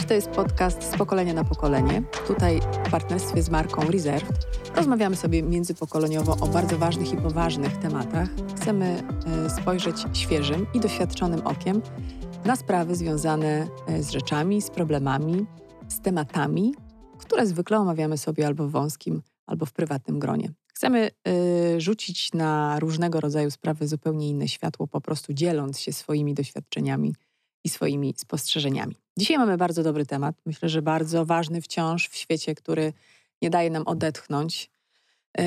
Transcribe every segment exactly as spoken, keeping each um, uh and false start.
Cześć, to jest podcast Z pokolenia na pokolenie. Tutaj w partnerstwie z marką Reserved rozmawiamy sobie międzypokoleniowo o bardzo ważnych i poważnych tematach. Chcemy spojrzeć świeżym i doświadczonym okiem na sprawy związane z rzeczami, z problemami, z tematami, które zwykle omawiamy sobie albo w wąskim, albo w prywatnym gronie. Chcemy y, rzucić na różnego rodzaju sprawy zupełnie inne światło, po prostu dzieląc się swoimi doświadczeniami i swoimi spostrzeżeniami. Dzisiaj mamy bardzo dobry temat. Myślę, że bardzo ważny wciąż w świecie, który nie daje nam odetchnąć, yy,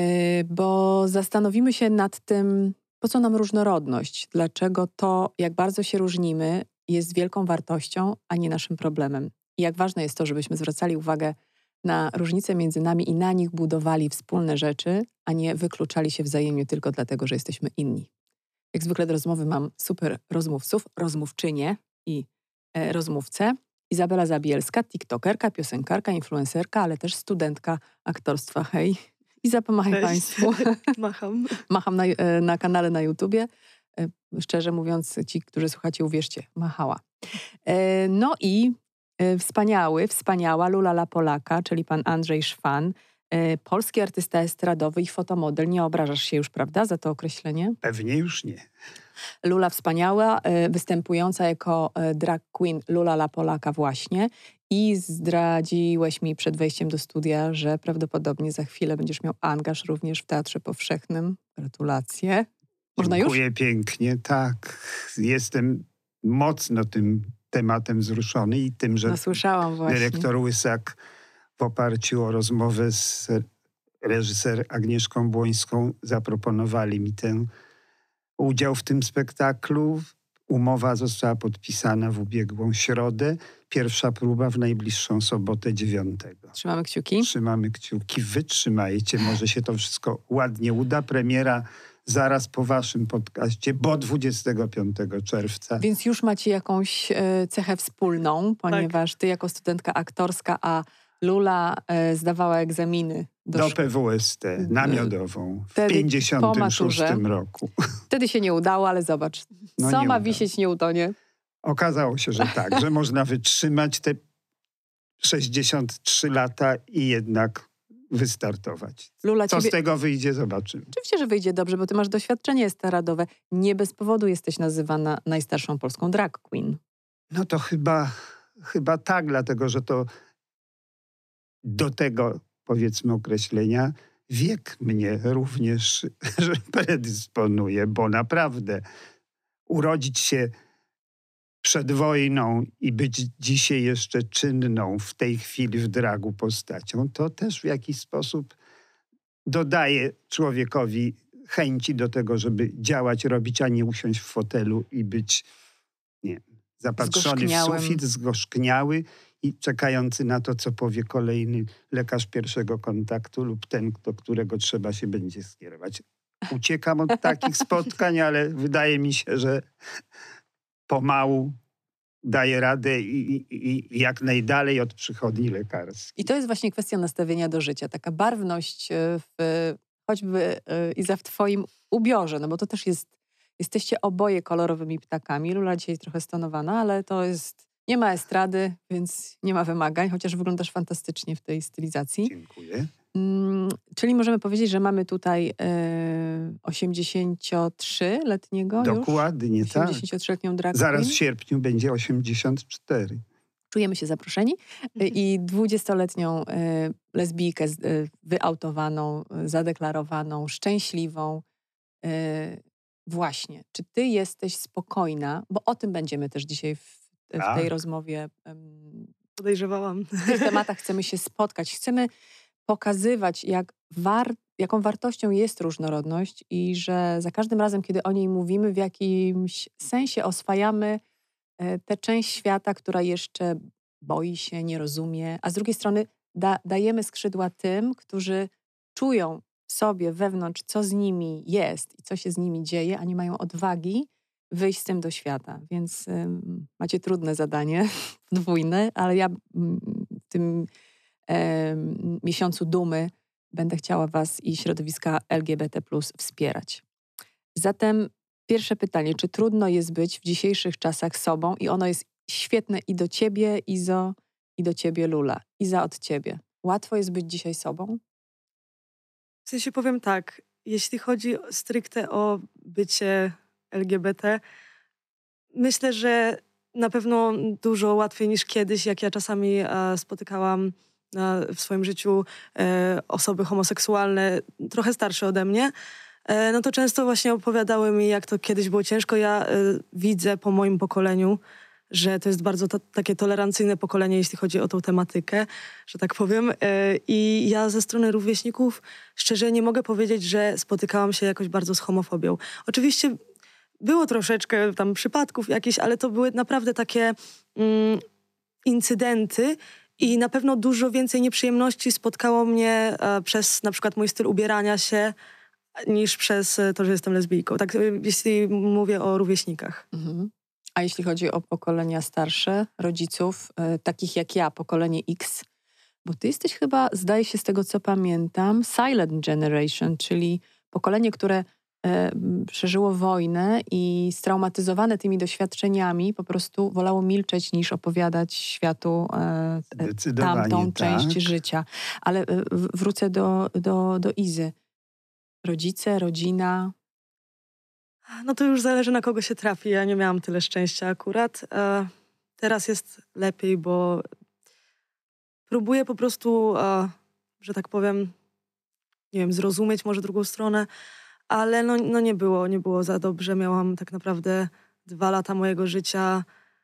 bo zastanowimy się nad tym, po co nam różnorodność, dlaczego to, jak bardzo się różnimy, jest wielką wartością, a nie naszym problemem. I jak ważne jest to, żebyśmy zwracali uwagę na różnice między nami i na nich budowali wspólne rzeczy, a nie wykluczali się wzajemnie tylko dlatego, że jesteśmy inni. Jak zwykle do rozmowy mam super rozmówców, rozmówczynie i e, rozmówcę. Izabela Zabielska, tiktokerka, piosenkarka, influencerka, ale też studentka aktorstwa. Hej, Iza, pomachaj Cześć. Państwu. Macham. Macham na, na kanale na YouTubie. E, szczerze mówiąc, ci, którzy słuchacie, uwierzcie, machała. E, no i e, wspaniały, wspaniała Lula La Polaka, czyli pan Andrzej Szwan, e, polski artysta estradowy i fotomodel. Nie obrażasz się już, prawda, za to określenie? Pewnie już nie. Lula wspaniała, występująca jako drag queen Lula La Polaka właśnie. I zdradziłeś mi przed wejściem do studia, że prawdopodobnie za chwilę będziesz miał angaż również w Teatrze Powszechnym. Gratulacje. Można już? Dziękuję pięknie, tak. Jestem mocno tym tematem wzruszony i tym, że No, słyszałam właśnie. dyrektor Łysak w oparciu o rozmowę z reżyser Agnieszką Błońską zaproponowali mi ten udział w tym spektaklu. Umowa została podpisana w ubiegłą środę. Pierwsza próba w najbliższą sobotę dziewiątego. Trzymamy kciuki. Trzymamy kciuki. Wytrzymajcie. Może się to wszystko ładnie uda. Premiera zaraz po waszym podcaście, bo dwudziestego piątego czerwca. Więc już macie jakąś e, cechę wspólną, ponieważ tak. Ty jako studentka aktorska, a Lula e, zdawała egzaminy do, do P W S T, namiotową, w Wtedy pięćdziesiątym szóstym roku. Wtedy się nie udało, ale zobacz, no co nie ma udało. Wisieć, nie utonie. Okazało się, że tak, że można wytrzymać te sześćdziesiąt trzy lata i jednak wystartować. Lula, co ciebie... z tego wyjdzie, zobaczymy. Oczywiście, że wyjdzie dobrze, bo ty masz doświadczenie estaradowe. Nie bez powodu jesteś nazywana najstarszą polską drag queen. No to chyba, chyba tak, dlatego że to do tego, powiedzmy, określenia wiek mnie również że predysponuje, bo naprawdę urodzić się przed wojną i być dzisiaj jeszcze czynną w tej chwili w dragu postacią, to też w jakiś sposób dodaje człowiekowi chęci do tego, żeby działać, robić, a nie usiąść w fotelu i być nie, zapatrzony w sufit, zgorzkniały i czekający na to, co powie kolejny lekarz pierwszego kontaktu lub ten, do którego trzeba się będzie skierować. Uciekam od takich spotkań, ale wydaje mi się, że pomału daję radę i, i, i jak najdalej od przychodni lekarskiej. I to jest właśnie kwestia nastawienia do życia. Taka barwność w, choćby Iza w twoim ubiorze, no bo to też jest, jesteście oboje kolorowymi ptakami. Lula dzisiaj trochę stonowana, ale to jest, nie ma estrady, więc nie ma wymagań, chociaż wyglądasz fantastycznie w tej stylizacji. Dziękuję. Mm, czyli możemy powiedzieć, że mamy tutaj e, osiemdziesięciotrzyletniego Dokładnie, już? tak. osiemdziesięciotrzyletnią drag Zaraz queen. w sierpniu będzie osiemdziesiąt cztery. Czujemy się zaproszeni. I dwudziestoletnią e, lesbijkę e, wyautowaną, e, zadeklarowaną, szczęśliwą. E, właśnie. Czy ty jesteś spokojna? Bo o tym będziemy też dzisiaj w, w tak. tej rozmowie. Em, Podejrzewałam. W tych tematach chcemy się spotkać. Chcemy pokazywać, jak war, jaką wartością jest różnorodność i że za każdym razem, kiedy o niej mówimy, w jakimś sensie oswajamy tę część świata, która jeszcze boi się, nie rozumie, a z drugiej strony da, dajemy skrzydła tym, którzy czują w sobie wewnątrz, co z nimi jest i co się z nimi dzieje, a nie mają odwagi wyjść z tym do świata. Więc ym, macie trudne zadanie, podwójne, ale ja ym, w tym ym, miesiącu dumy będę chciała was i środowiska L G B T plus wspierać. Zatem pierwsze pytanie, czy trudno jest być w dzisiejszych czasach sobą i ono jest świetne i do ciebie, Izo, i do ciebie, Lula. Iza, od ciebie. Łatwo jest być dzisiaj sobą? W sensie powiem tak, jeśli chodzi stricte o bycie L G B T, myślę, że na pewno dużo łatwiej niż kiedyś, jak ja czasami e, spotykałam e, w swoim życiu e, osoby homoseksualne, trochę starsze ode mnie, e, no to często właśnie opowiadały mi, jak to kiedyś było ciężko. Ja e, widzę po moim pokoleniu, że to jest bardzo ta, takie tolerancyjne pokolenie, jeśli chodzi o tą tematykę, że tak powiem. E, I ja ze strony rówieśników szczerze nie mogę powiedzieć, że spotykałam się jakoś bardzo z homofobią. Oczywiście było troszeczkę tam przypadków jakichś, ale to były naprawdę takie mm, incydenty i na pewno dużo więcej nieprzyjemności spotkało mnie e, przez na przykład mój styl ubierania się niż przez e, to, że jestem lesbijką. Tak, e, jeśli mówię o rówieśnikach. Mhm. A jeśli chodzi o pokolenia starsze, rodziców, e, takich jak ja, pokolenie X, bo ty jesteś chyba, zdaje się z tego co pamiętam, silent generation, czyli pokolenie, które e, przeżyło wojnę i straumatyzowane tymi doświadczeniami po prostu wolało milczeć niż opowiadać światu e, Zdecydowanie tamtą część tak. życia. Ale e, w- wrócę do, do, do Izy. Rodzice, rodzina. No to już zależy, na kogo się trafi. Ja nie miałam tyle szczęścia akurat. E, teraz jest lepiej, bo próbuję po prostu, e, że tak powiem, nie wiem, zrozumieć może drugą stronę, ale no, no nie było, nie było za dobrze. Miałam tak naprawdę dwa lata mojego życia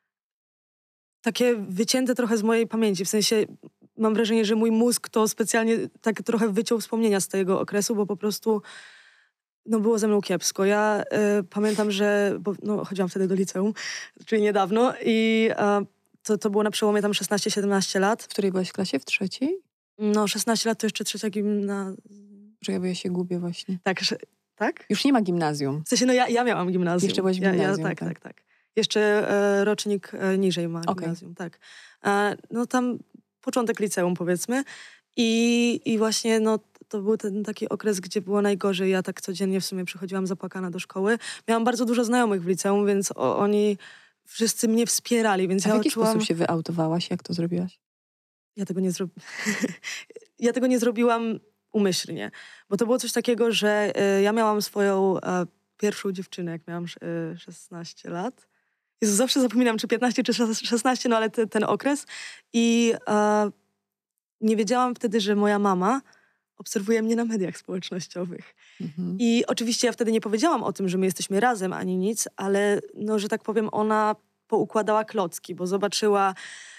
takie wycięte trochę z mojej pamięci. W sensie mam wrażenie, że mój mózg to specjalnie tak trochę wyciął wspomnienia z tego okresu, bo po prostu no było ze mną kiepsko. Ja y, pamiętam, że bo, no, chodziłam wtedy do liceum, czyli niedawno i y, to, to było na przełomie tam szesnaście siedemnaście lat. W której byłaś klasie? W trzeciej? No szesnaście lat to jeszcze trzecia gimna... Że ja, bo ja się gubię właśnie. Tak, sze- tak? Już nie ma gimnazjum. W sensie, no ja, ja miałam gimnazjum. Jeszcze byłaś w Ja, gimnazjum, ja, tak, tak. tak, tak. Jeszcze e, rocznik e, niżej ma Okej. gimnazjum, tak. E, no tam początek liceum powiedzmy i, i właśnie no to był ten taki okres, gdzie było najgorzej. Ja tak codziennie w sumie przychodziłam zapłakana do szkoły. Miałam bardzo dużo znajomych w liceum, więc o, oni wszyscy mnie wspierali, więc A w ja jaki czułam... sposób się wyautowałaś? Jak to zrobiłaś? Ja tego nie zrobiłam. Ja tego nie zrobiłam umyślnie, bo to było coś takiego, że e, ja miałam swoją e, pierwszą dziewczynę, jak miałam e, szesnaście lat. Jezu, zawsze zapominam, czy piętnaście, czy szesnaście, no ale te, ten okres. I e, nie wiedziałam wtedy, że moja mama obserwuje mnie na mediach społecznościowych. Mhm. I oczywiście ja wtedy nie powiedziałam o tym, że my jesteśmy razem, ani nic, ale no, że tak powiem, ona poukładała klocki, bo zobaczyła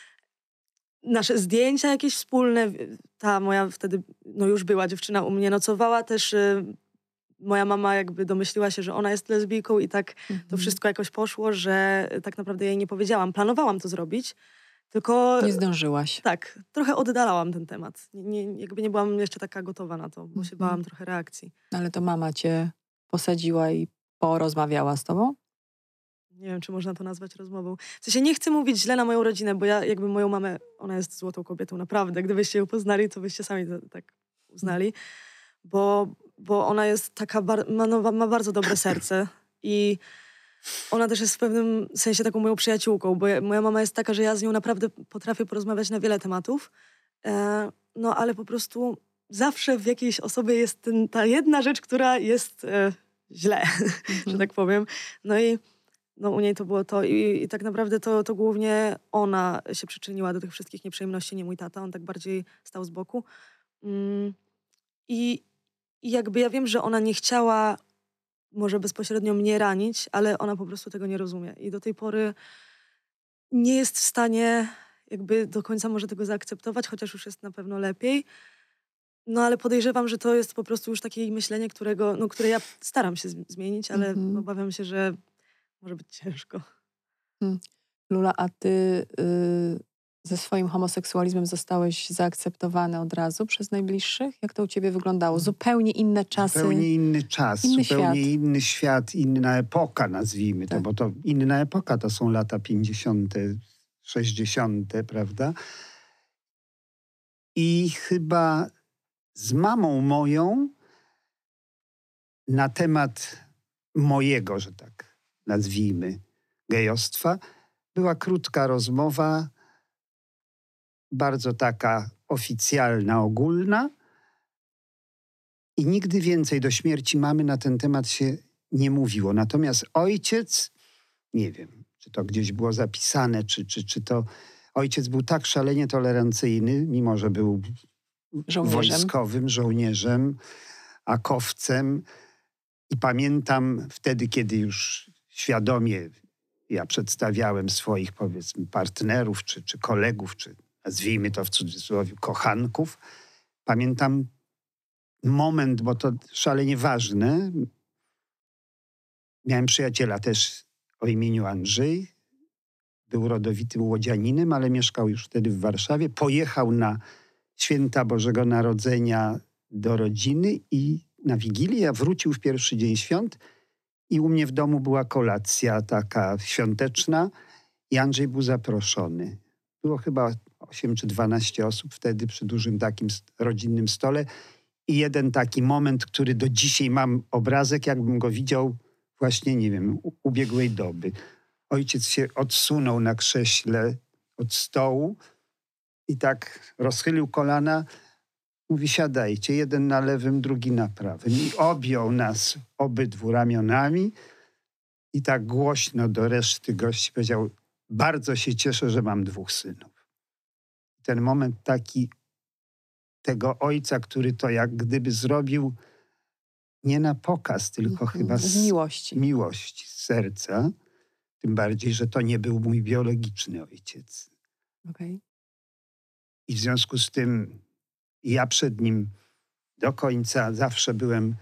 nasze zdjęcia jakieś wspólne. Ta moja wtedy, no już była dziewczyna u mnie, nocowała też. Y, moja mama jakby domyśliła się, że ona jest lesbijką i tak Mhm. to wszystko jakoś poszło, że tak naprawdę jej nie powiedziałam. Planowałam to zrobić, tylko Nie zdążyłaś. tak, trochę oddalałam ten temat. Nie, nie, jakby nie byłam jeszcze taka gotowa na to, bo się Mhm. bałam trochę reakcji. Ale to mama cię posadziła i porozmawiała z tobą? Nie wiem, czy można to nazwać rozmową. W sensie nie chcę mówić źle na moją rodzinę, bo ja jakby moją mamę, ona jest złotą kobietą, naprawdę. Gdybyście ją poznali, to byście sami to tak uznali. Bo, bo ona jest taka, bar- ma, no, ma bardzo dobre serce i ona też jest w pewnym sensie taką moją przyjaciółką, bo ja, moja mama jest taka, że ja z nią naprawdę potrafię porozmawiać na wiele tematów, e, no ale po prostu zawsze w jakiejś osobie jest ten, ta jedna rzecz, która jest e, źle, Mhm. że tak powiem. No i no, u niej to było to i, i tak naprawdę to, to głównie ona się przyczyniła do tych wszystkich nieprzyjemności, nie mój tata, on tak bardziej stał z boku. Mm, i, I jakby ja wiem, że ona nie chciała może bezpośrednio mnie ranić, ale ona po prostu tego nie rozumie. I do tej pory nie jest w stanie jakby do końca może tego zaakceptować, chociaż już jest na pewno lepiej. No ale podejrzewam, że to jest po prostu już takie jej myślenie, którego, no, które ja staram się z- zmienić, ale Mhm. obawiam się, że może być ciężko. Lula, a ty y, ze swoim homoseksualizmem zostałeś zaakceptowany od razu przez najbliższych? Jak to u ciebie wyglądało? Zupełnie inne czasy. Zupełnie inny czas, inny zupełnie świat. inny świat, inna epoka, nazwijmy to, Tak. bo to inna epoka to są lata pięćdziesiąte, sześćdziesiąte, prawda? I chyba z mamą moją na temat mojego, że tak nazwijmy, gejostwa, była krótka rozmowa. bardzo taka oficjalna, ogólna. I nigdy więcej do śmierci mamy na ten temat się nie mówiło. Natomiast ojciec, nie wiem, czy to gdzieś było zapisane, czy, czy, czy to... Ojciec był tak szalenie tolerancyjny, mimo że był Żołnierzem. wojskowym, żołnierzem, akowcem. I pamiętam wtedy, kiedy już świadomie ja przedstawiałem swoich, powiedzmy, partnerów, czy, czy kolegów, czy nazwijmy to w cudzysłowie kochanków. Pamiętam moment, bo to szalenie ważne. Miałem przyjaciela też o imieniu Andrzej. Był rodowitym łodzianinem, ale mieszkał już wtedy w Warszawie. Pojechał na święta Bożego Narodzenia do rodziny i na Wigilię, a wrócił w pierwszy dzień świąt i u mnie w domu była kolacja taka świąteczna i Andrzej był zaproszony. Było chyba osiem czy dwanaście osób wtedy przy dużym takim rodzinnym stole i jeden taki moment, który do dzisiaj mam obrazek, jakbym go widział właśnie, nie wiem, u- ubiegłej doby. Ojciec się odsunął na krześle od stołu i tak rozchylił kolana. Mówi, siadajcie, jeden na lewym, drugi na prawym. I objął nas obydwu ramionami i tak głośno do reszty gości powiedział, bardzo się cieszę, że mam dwóch synów. Ten moment taki tego ojca, który to jak gdyby zrobił nie na pokaz, tylko Mhm, chyba z miłości. miłości, z serca. Tym bardziej, że to nie był mój biologiczny ojciec. Okej. I w związku z tym ja przed nim do końca zawsze byłem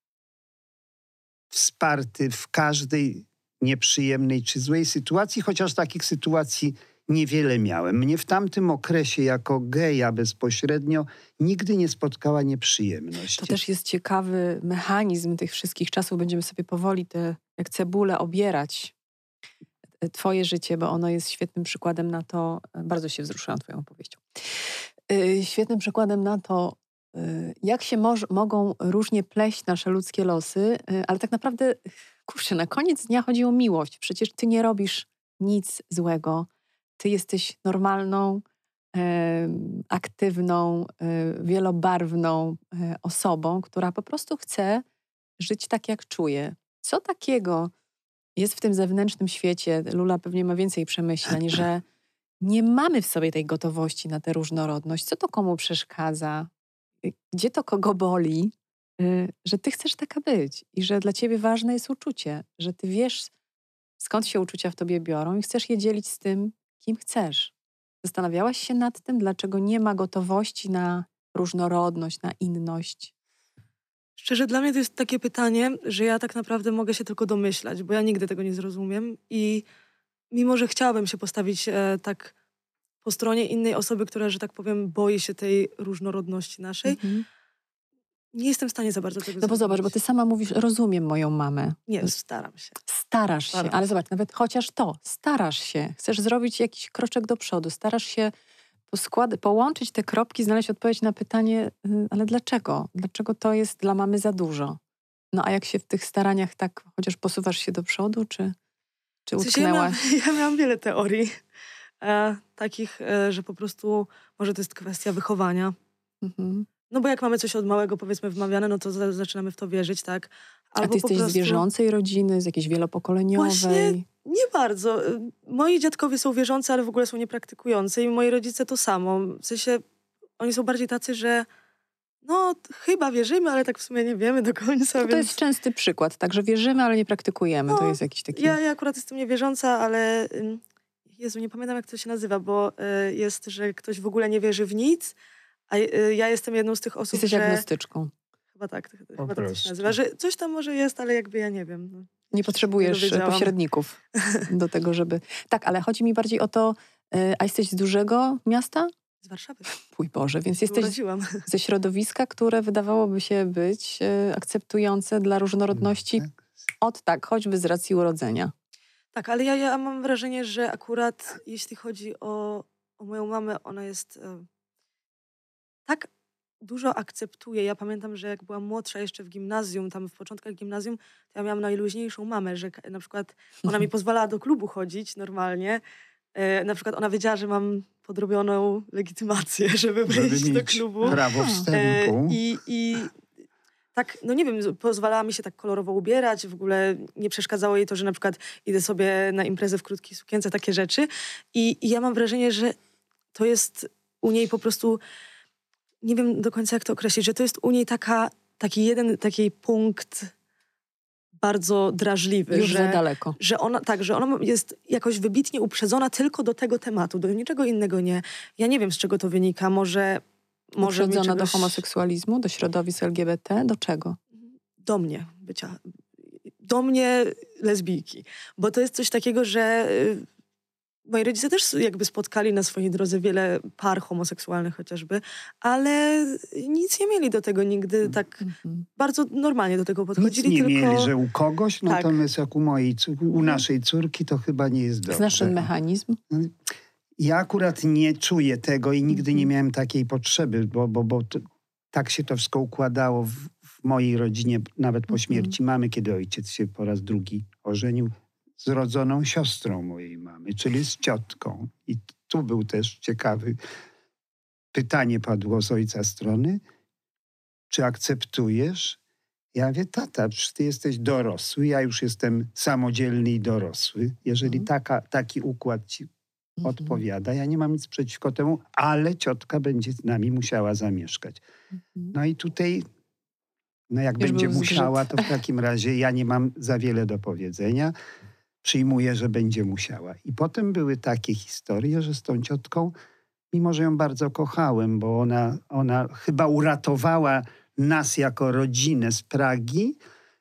wsparty w każdej nieprzyjemnej czy złej sytuacji, chociaż takich sytuacji niewiele miałem. Mnie w tamtym okresie jako geja bezpośrednio nigdy nie spotkała nieprzyjemność. To też jest ciekawy mechanizm tych wszystkich czasów. Będziemy sobie powoli te, jak cebulę, obierać e, twoje życie, bo ono jest świetnym przykładem na to, e, bardzo się wzruszyłam twoją opowieścią, E, świetnym przykładem na to, e, jak się moż, mogą różnie pleść nasze ludzkie losy, e, ale tak naprawdę, kurczę, na koniec dnia chodzi o miłość. Przecież ty nie robisz nic złego. Ty jesteś normalną, em, aktywną, e, wielobarwną e, osobą, która po prostu chce żyć tak, jak czuje. Co takiego jest w tym zewnętrznym świecie, Lula pewnie ma więcej przemyśleń, że nie mamy w sobie tej gotowości na tę różnorodność. Co to komu przeszkadza? Y, Gdzie to kogo boli? Y, Że ty chcesz taka być i że dla ciebie ważne jest uczucie, że ty wiesz, skąd się uczucia w tobie biorą i chcesz je dzielić z tym, kim chcesz. Zastanawiałaś się nad tym, dlaczego nie ma gotowości na różnorodność, na inność? Szczerze, dla mnie to jest takie pytanie, że ja tak naprawdę mogę się tylko domyślać, bo ja nigdy tego nie zrozumiem i mimo, że chciałabym się postawić e, tak po stronie innej osoby, która, że tak powiem, boi się tej różnorodności naszej, Mhm. nie jestem w stanie za bardzo tego No bo zobacz, bo zrozumieć. ty sama mówisz, rozumiem moją mamę. Nie, staram się. Starasz się, Staram ale się. zobacz, nawet chociaż to, starasz się, chcesz zrobić jakiś kroczek do przodu, starasz się poskład- połączyć te kropki, znaleźć odpowiedź na pytanie, y, ale dlaczego? Dlaczego to jest dla mamy za dużo? No a jak się w tych staraniach tak chociaż posuwasz się do przodu, czy, czy W sensie ja, miałam, utknęłaś? ja miałam wiele teorii, e, takich, e, że po prostu może to jest kwestia wychowania. Mhm. No bo jak mamy coś od małego, powiedzmy, wmawiane, no to za, zaczynamy w to wierzyć, tak? A Albo ty jesteś po prostu... z wierzącej rodziny, z jakiejś wielopokoleniowej? Właśnie nie bardzo. Y, Moi dziadkowie są wierzący, ale w ogóle są niepraktykujący i moi rodzice to samo. W sensie oni są bardziej tacy, że no t- chyba wierzymy, ale tak w sumie nie wiemy do końca, To, to więc... jest częsty przykład, także wierzymy, ale nie praktykujemy. To No, jest jakiś taki... Ja, ja akurat jestem niewierząca, ale... ym, Jezu, nie pamiętam jak to się nazywa, bo y, jest, że ktoś w ogóle nie wierzy w nic, a y, ja jestem jedną z tych osób, Jesteś że... agnostyczką. Chyba tak, chyba tak to się prostu. nazywa, że coś tam może jest, ale jakby ja nie wiem. No. Nie Nie potrzebujesz dowiedziałam. pośredników do tego, żeby... Tak, ale chodzi mi bardziej o to, y, a jesteś z dużego miasta? Z Warszawy. Mój Boże, więc Się jesteś urodziłam. ze środowiska, które wydawałoby się być y, akceptujące dla różnorodności Tak. od tak, choćby z racji urodzenia. Tak, ale ja, ja mam wrażenie, że akurat jeśli chodzi o, o moją mamę, ona jest e, tak dużo akceptuje. Ja pamiętam, że jak byłam młodsza jeszcze w gimnazjum, tam w początkach gimnazjum, to ja miałam najluźniejszą mamę, że ka- na przykład ona mi pozwalała do klubu chodzić normalnie, E, na przykład ona wiedziała, że mam podrobioną legitymację, żeby wejść Żeby do mieć klubu. prawo E, wstępu. I, i tak, no nie wiem, pozwalała mi się tak kolorowo ubierać, w ogóle nie przeszkadzało jej to, że na przykład idę sobie na imprezę w krótkiej sukience, takie rzeczy. I, i ja mam wrażenie, że to jest u niej po prostu, nie wiem do końca jak to określić, że to jest u niej taka, taki jeden taki punkt bardzo drażliwy. Już że, za daleko. Że ona, tak, że ona jest jakoś wybitnie uprzedzona tylko do tego tematu, do niczego innego nie. Ja nie wiem, z czego to wynika. Może... może mi Uprzedzona do czegoś... homoseksualizmu, do środowisk L G B T, do czego? Do mnie bycia... Do mnie lesbijki. Bo to jest coś takiego, że y, moi rodzice też jakby spotkali na swojej drodze wiele par homoseksualnych chociażby, ale nic nie mieli do tego nigdy tak Mhm. bardzo normalnie do tego podchodzili. Nic nie tylko... mieli, że u kogoś, Tak. natomiast jak u mojej, cór- u naszej córki to chyba nie jest dobrze. Znasz ten mechanizm? Ja akurat nie czuję tego i nigdy nie miałem takiej potrzeby, bo, bo, bo to, tak się to wszystko układało w, w mojej rodzinie, nawet po Mhm. śmierci mamy, kiedy ojciec się po raz drugi ożenił z rodzoną siostrą mojej mamy, czyli z ciotką. I tu był też ciekawy, pytanie padło z ojca strony, czy akceptujesz? Ja mówię, tata, przecież ty jesteś dorosły, ja już jestem samodzielny i dorosły. Jeżeli Mhm. taka, taki układ ci Mhm. odpowiada, ja nie mam nic przeciwko temu, ale ciotka będzie z nami musiała zamieszkać. Mhm. No i tutaj, no jak Już będzie był zgrzyt. musiała, to w takim razie ja nie mam za wiele do powiedzenia. Przyjmuję, że będzie musiała. I potem były takie historie, że z tą ciotką, mimo że ją bardzo kochałem, bo ona, ona chyba uratowała nas jako rodzinę z Pragi,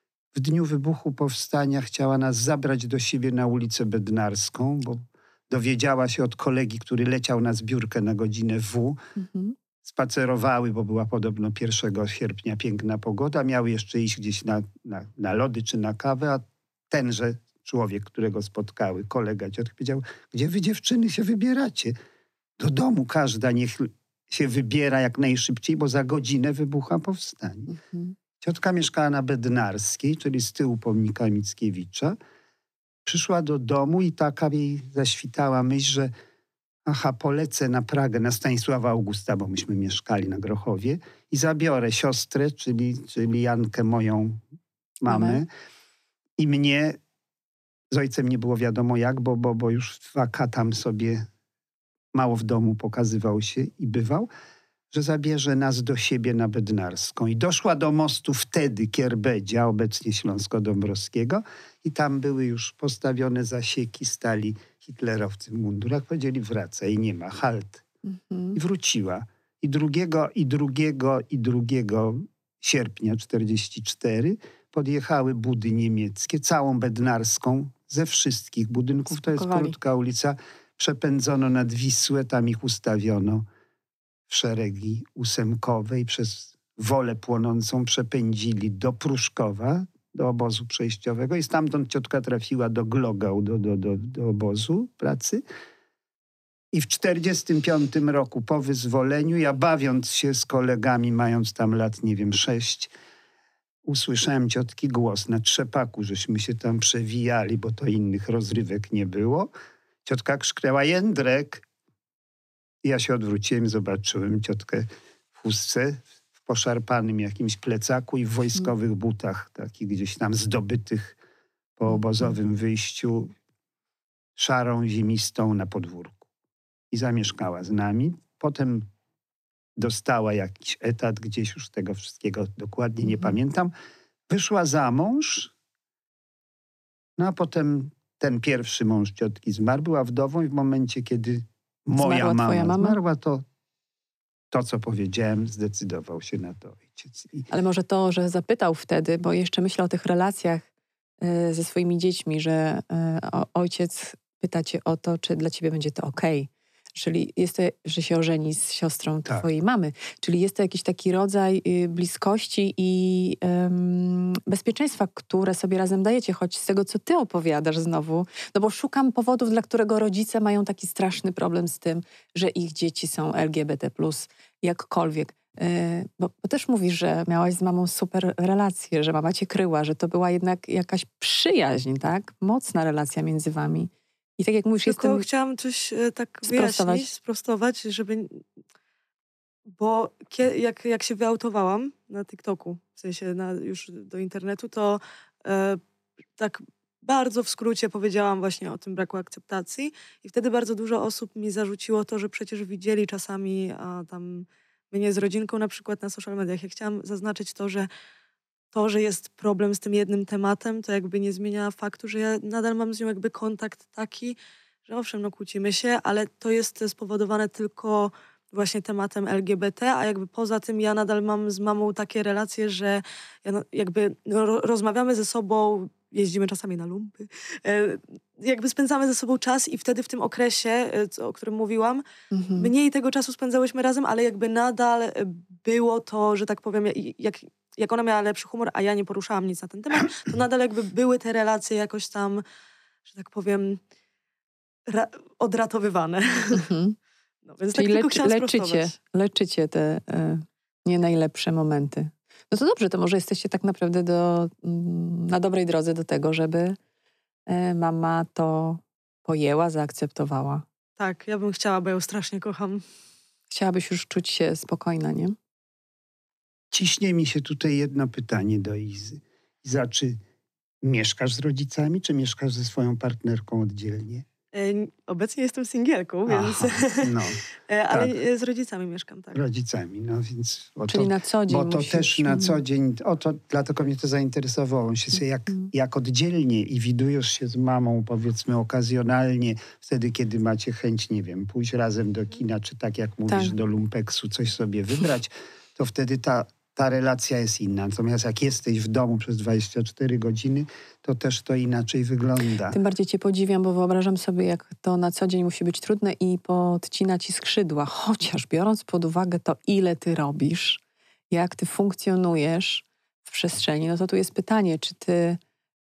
w dniu wybuchu powstania chciała nas zabrać do siebie na ulicę Bednarską, bo dowiedziała się od kolegi, który leciał na zbiórkę na godzinę W. Mhm. Spacerowały, bo była podobno pierwszego sierpnia piękna pogoda. Miały jeszcze iść gdzieś na, na, na lody czy na kawę, a tenże człowiek, którego spotkały, kolega ciotki, powiedział, gdzie wy dziewczyny się wybieracie? Do domu każda niech się wybiera jak najszybciej, bo za godzinę wybucha powstanie. Mhm. Ciotka mieszkała na Bednarskiej, czyli z tyłu pomnika Mickiewicza. Przyszła do domu i taka jej zaświtała myśl, że aha, polecę na Pragę, na Stanisława Augusta, bo myśmy mieszkali na Grochowie i zabiorę siostrę, czyli, czyli Jankę, moją mamę Mamę. i mnie. Z ojcem nie było wiadomo jak, bo, bo, bo już waka tam sobie mało w domu pokazywał się i bywał, że zabierze nas do siebie na Bednarską. I doszła do mostu wtedy Kierbedzia, obecnie Śląsko-Dąbrowskiego, i tam były już postawione zasieki, stali hitlerowcy w mundurach. Powiedzieli, wracaj, nie ma, halt. Mhm. I wróciła. I drugiego, i drugiego, i drugiego sierpnia czterdziestego czwartego podjechały budy niemieckie, całą Bednarską, ze wszystkich budynków. To jest Spakowali. krótka ulica. Przepędzono nad Wisłę, tam ich ustawiono w szeregi ósemkowe i przez wolę płonącą przepędzili do Pruszkowa, do obozu przejściowego i stamtąd ciotka trafiła do Glogau, do, do, do, do obozu pracy. I w czterdziestym piątym roku po wyzwoleniu, ja bawiąc się z kolegami, mając tam lat, nie wiem, sześć, usłyszałem ciotki głos na trzepaku, żeśmy się tam przewijali, bo to innych rozrywek nie było. Ciotka krzyknęła, Jędrek. I ja się odwróciłem, zobaczyłem ciotkę w chustce, w poszarpanym jakimś plecaku i w wojskowych butach, takich gdzieś tam zdobytych po obozowym wyjściu, szarą, zimistą na podwórku. I zamieszkała z nami. Potem dostała jakiś etat gdzieś, już tego wszystkiego dokładnie nie Mhm. pamiętam. Wyszła za mąż, no a potem ten pierwszy mąż ciotki zmarł, była wdową i w momencie, kiedy moja Zmarła mama, twoja mama? zmarła, to to, co powiedziałem, zdecydował się na to ojciec. I Ale może to, że zapytał wtedy, bo jeszcze myślę o tych relacjach y, ze swoimi dziećmi, że y, o, ojciec pyta cię o to, czy dla ciebie będzie to okej. Czyli jest to, że się ożeni z siostrą Tak. twojej mamy. Czyli jest to jakiś taki rodzaj y, bliskości i ym, bezpieczeństwa, które sobie razem dajecie, choć z tego, co ty opowiadasz znowu, no bo szukam powodów, dla którego rodzice mają taki straszny problem z tym, że ich dzieci są L G B T plus, jakkolwiek. Y, bo, bo też mówisz, że miałaś z mamą super relację, że mama cię kryła, że to była jednak jakaś przyjaźń, tak? Mocna relacja między wami. I tak jak mówisz, Tylko jestem... chciałam coś e, tak Sprostować. wyjaśnić, sprostować, żeby... Bo kie, jak, jak się wyautowałam na TikToku, w sensie na, już do internetu, to e, tak bardzo w skrócie powiedziałam właśnie o tym braku akceptacji i wtedy bardzo dużo osób mi zarzuciło to, że przecież widzieli czasami a, tam mnie z rodzinką na przykład na social mediach. Ja chciałam zaznaczyć to, że to, że jest problem z tym jednym tematem, to jakby nie zmienia faktu, że ja nadal mam z nią jakby kontakt taki, że owszem, no kłócimy się, ale to jest spowodowane tylko właśnie tematem L G B T, a jakby poza tym ja nadal mam z mamą takie relacje, że ja no, jakby no, ro- rozmawiamy ze sobą, jeździmy czasami na lumpy, e, jakby spędzamy ze sobą czas i wtedy w tym okresie, e, co, o którym mówiłam, Mhm. mniej tego czasu spędzałyśmy razem, ale jakby nadal e, było to, że tak powiem, jak, jak ona miała lepszy humor, a ja nie poruszałam nic na ten temat, to nadal jakby były te relacje jakoś tam, że tak powiem, ra- odratowywane. Mhm. No, więc Czyli tak tylko leczy, chciałam leczycie, sprostować. leczycie te e, nie najlepsze momenty. No to dobrze, to może jesteście tak naprawdę do, mm, na dobrej drodze do tego, żeby e, mama to pojęła, zaakceptowała. Tak, ja bym chciała, bo ja ją strasznie kocham. Chciałabyś już czuć się spokojna, nie? Ciśnie mi się tutaj jedno pytanie do Izy. Iza, czy mieszkasz z rodzicami, czy mieszkasz ze swoją partnerką oddzielnie? E, obecnie jestem singielką, więc... Aha, no, e, ale tak. e, z rodzicami mieszkam, tak. rodzicami, no więc... o Czyli to, na co dzień Bo to musisz... też na mm, co dzień, o to, dlatego mnie to zainteresowało. Się sobie jak, Mhm. jak oddzielnie i widujesz się z mamą, powiedzmy okazjonalnie, wtedy kiedy macie chęć, nie wiem, pójść razem do kina, czy tak jak mówisz, Tak. do lumpeksu, coś sobie wybrać, to wtedy ta, ta relacja jest inna. Natomiast jak jesteś w domu przez dwadzieścia cztery godziny, to też to inaczej wygląda. Tym bardziej cię podziwiam, bo wyobrażam sobie, jak to na co dzień musi być trudne i podcina ci skrzydła. Chociaż biorąc pod uwagę to, ile ty robisz, jak ty funkcjonujesz w przestrzeni, no to tu jest pytanie, czy ty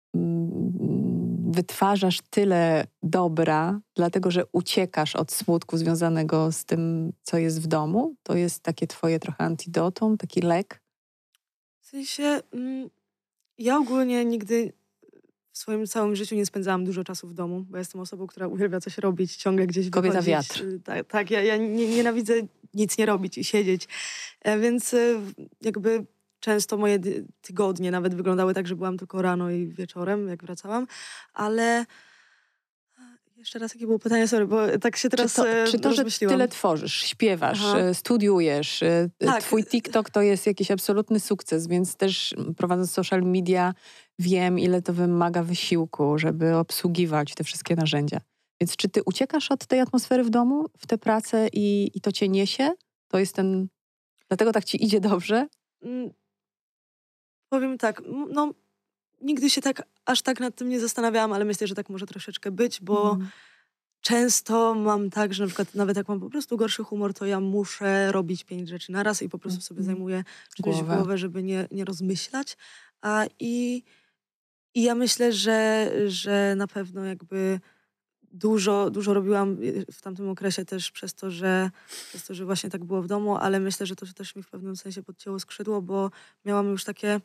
mm, wytwarzasz tyle dobra, dlatego że uciekasz od smutku związanego z tym, co jest w domu? To jest takie twoje trochę antidotum, taki lek? W sensie, mm, ja ogólnie nigdy w swoim całym życiu nie spędzałam dużo czasu w domu, bo jestem osobą, która uwielbia coś robić, ciągle gdzieś Kobieta wychodzić. wiatr. Y, Tak, tak ja, ja nie, nienawidzę nic nie robić i siedzieć. E, Więc e, jakby często moje dy- tygodnie nawet wyglądały tak, że byłam tylko rano i wieczorem, jak wracałam, ale... Jeszcze raz, jakie było pytanie, sorry, bo tak się teraz Czy to, e, czy to że rozmyśliłam. tyle tworzysz, śpiewasz, Aha. e, studiujesz, e, Tak. twój TikTok to jest jakiś absolutny sukces, więc też m, prowadząc social media wiem, ile to wymaga wysiłku, żeby obsługiwać te wszystkie narzędzia. Więc czy ty uciekasz od tej atmosfery w domu, w tę pracę i, i to cię niesie? To jest ten... Dlatego tak ci idzie dobrze? Mm, Powiem tak, m- no nigdy się tak aż tak nad tym nie zastanawiałam, ale myślę, że tak może troszeczkę być, bo Mhm. często mam tak, że na przykład nawet jak mam po prostu gorszy humor, to ja muszę robić pięć rzeczy naraz i po prostu sobie Mhm. zajmuję czymś w Głowę. głowę, żeby nie, nie rozmyślać. A i, I ja myślę, że, że na pewno jakby dużo, dużo robiłam y, w tamtym okresie też przez to, że przez to, że właśnie tak było w domu, ale myślę, że to też mi w pewnym sensie podcięło skrzydło, bo miałam już takie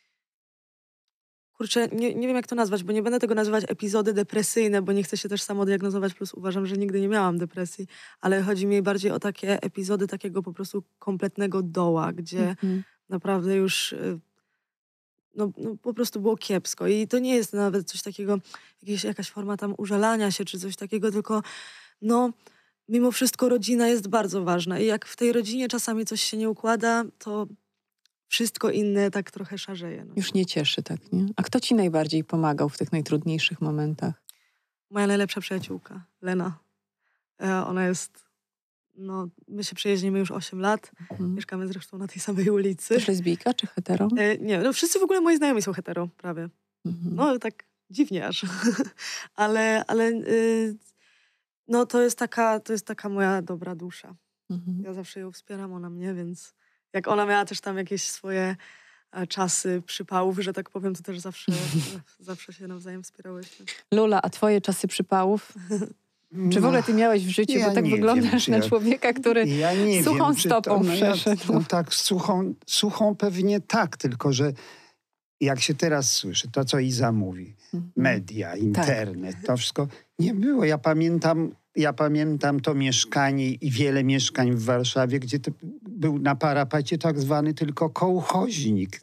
kurczę, nie, nie wiem jak to nazwać, bo nie będę tego nazywać epizody depresyjne, bo nie chcę się też samodiagnozować, plus uważam, że nigdy nie miałam depresji, ale chodzi mi bardziej o takie epizody takiego po prostu kompletnego doła, gdzie Mhm. naprawdę już y, no, no po prostu było kiepsko. I to nie jest nawet coś takiego, jakieś, jakaś forma tam użalania się czy coś takiego, tylko no mimo wszystko rodzina jest bardzo ważna i jak w tej rodzinie czasami coś się nie układa, to wszystko inne tak trochę szarzeje. No. Już nie cieszy, tak, nie? A kto ci najbardziej pomagał w tych najtrudniejszych momentach? Moja najlepsza przyjaciółka, Lena. E, ona jest, no my się przyjaźnimy już osiem lat, Mhm. mieszkamy zresztą na tej samej ulicy. Też lesbijka czy hetero? E, nie, no wszyscy w ogóle moi znajomi są hetero, prawie. Mhm. No tak dziwnie aż. ale ale y, no to jest taka, to jest taka moja dobra dusza. Mhm. Ja zawsze ją wspieram, ona mnie, więc jak ona miała też tam jakieś swoje e, czasy przypałów, że tak powiem, to też zawsze, zawsze się nawzajem wspierałyśmy. Lula, a twoje czasy przypałów? Czy w ogóle ty miałeś w życiu? Ja Bo tak nie wyglądasz wiem, czy na ja- człowieka, który Ja nie suchą wiem, czy stopą to, no, ja, przeszedł. no tak, suchą, suchą pewnie tak, tylko że jak się teraz słyszy, to co Iza mówi, Mhm. media, internet, to wszystko nie było. Ja pamiętam, ja pamiętam to mieszkanie i wiele mieszkań w Warszawie, gdzie to był na parapacie tak zwany tylko kołchoźnik.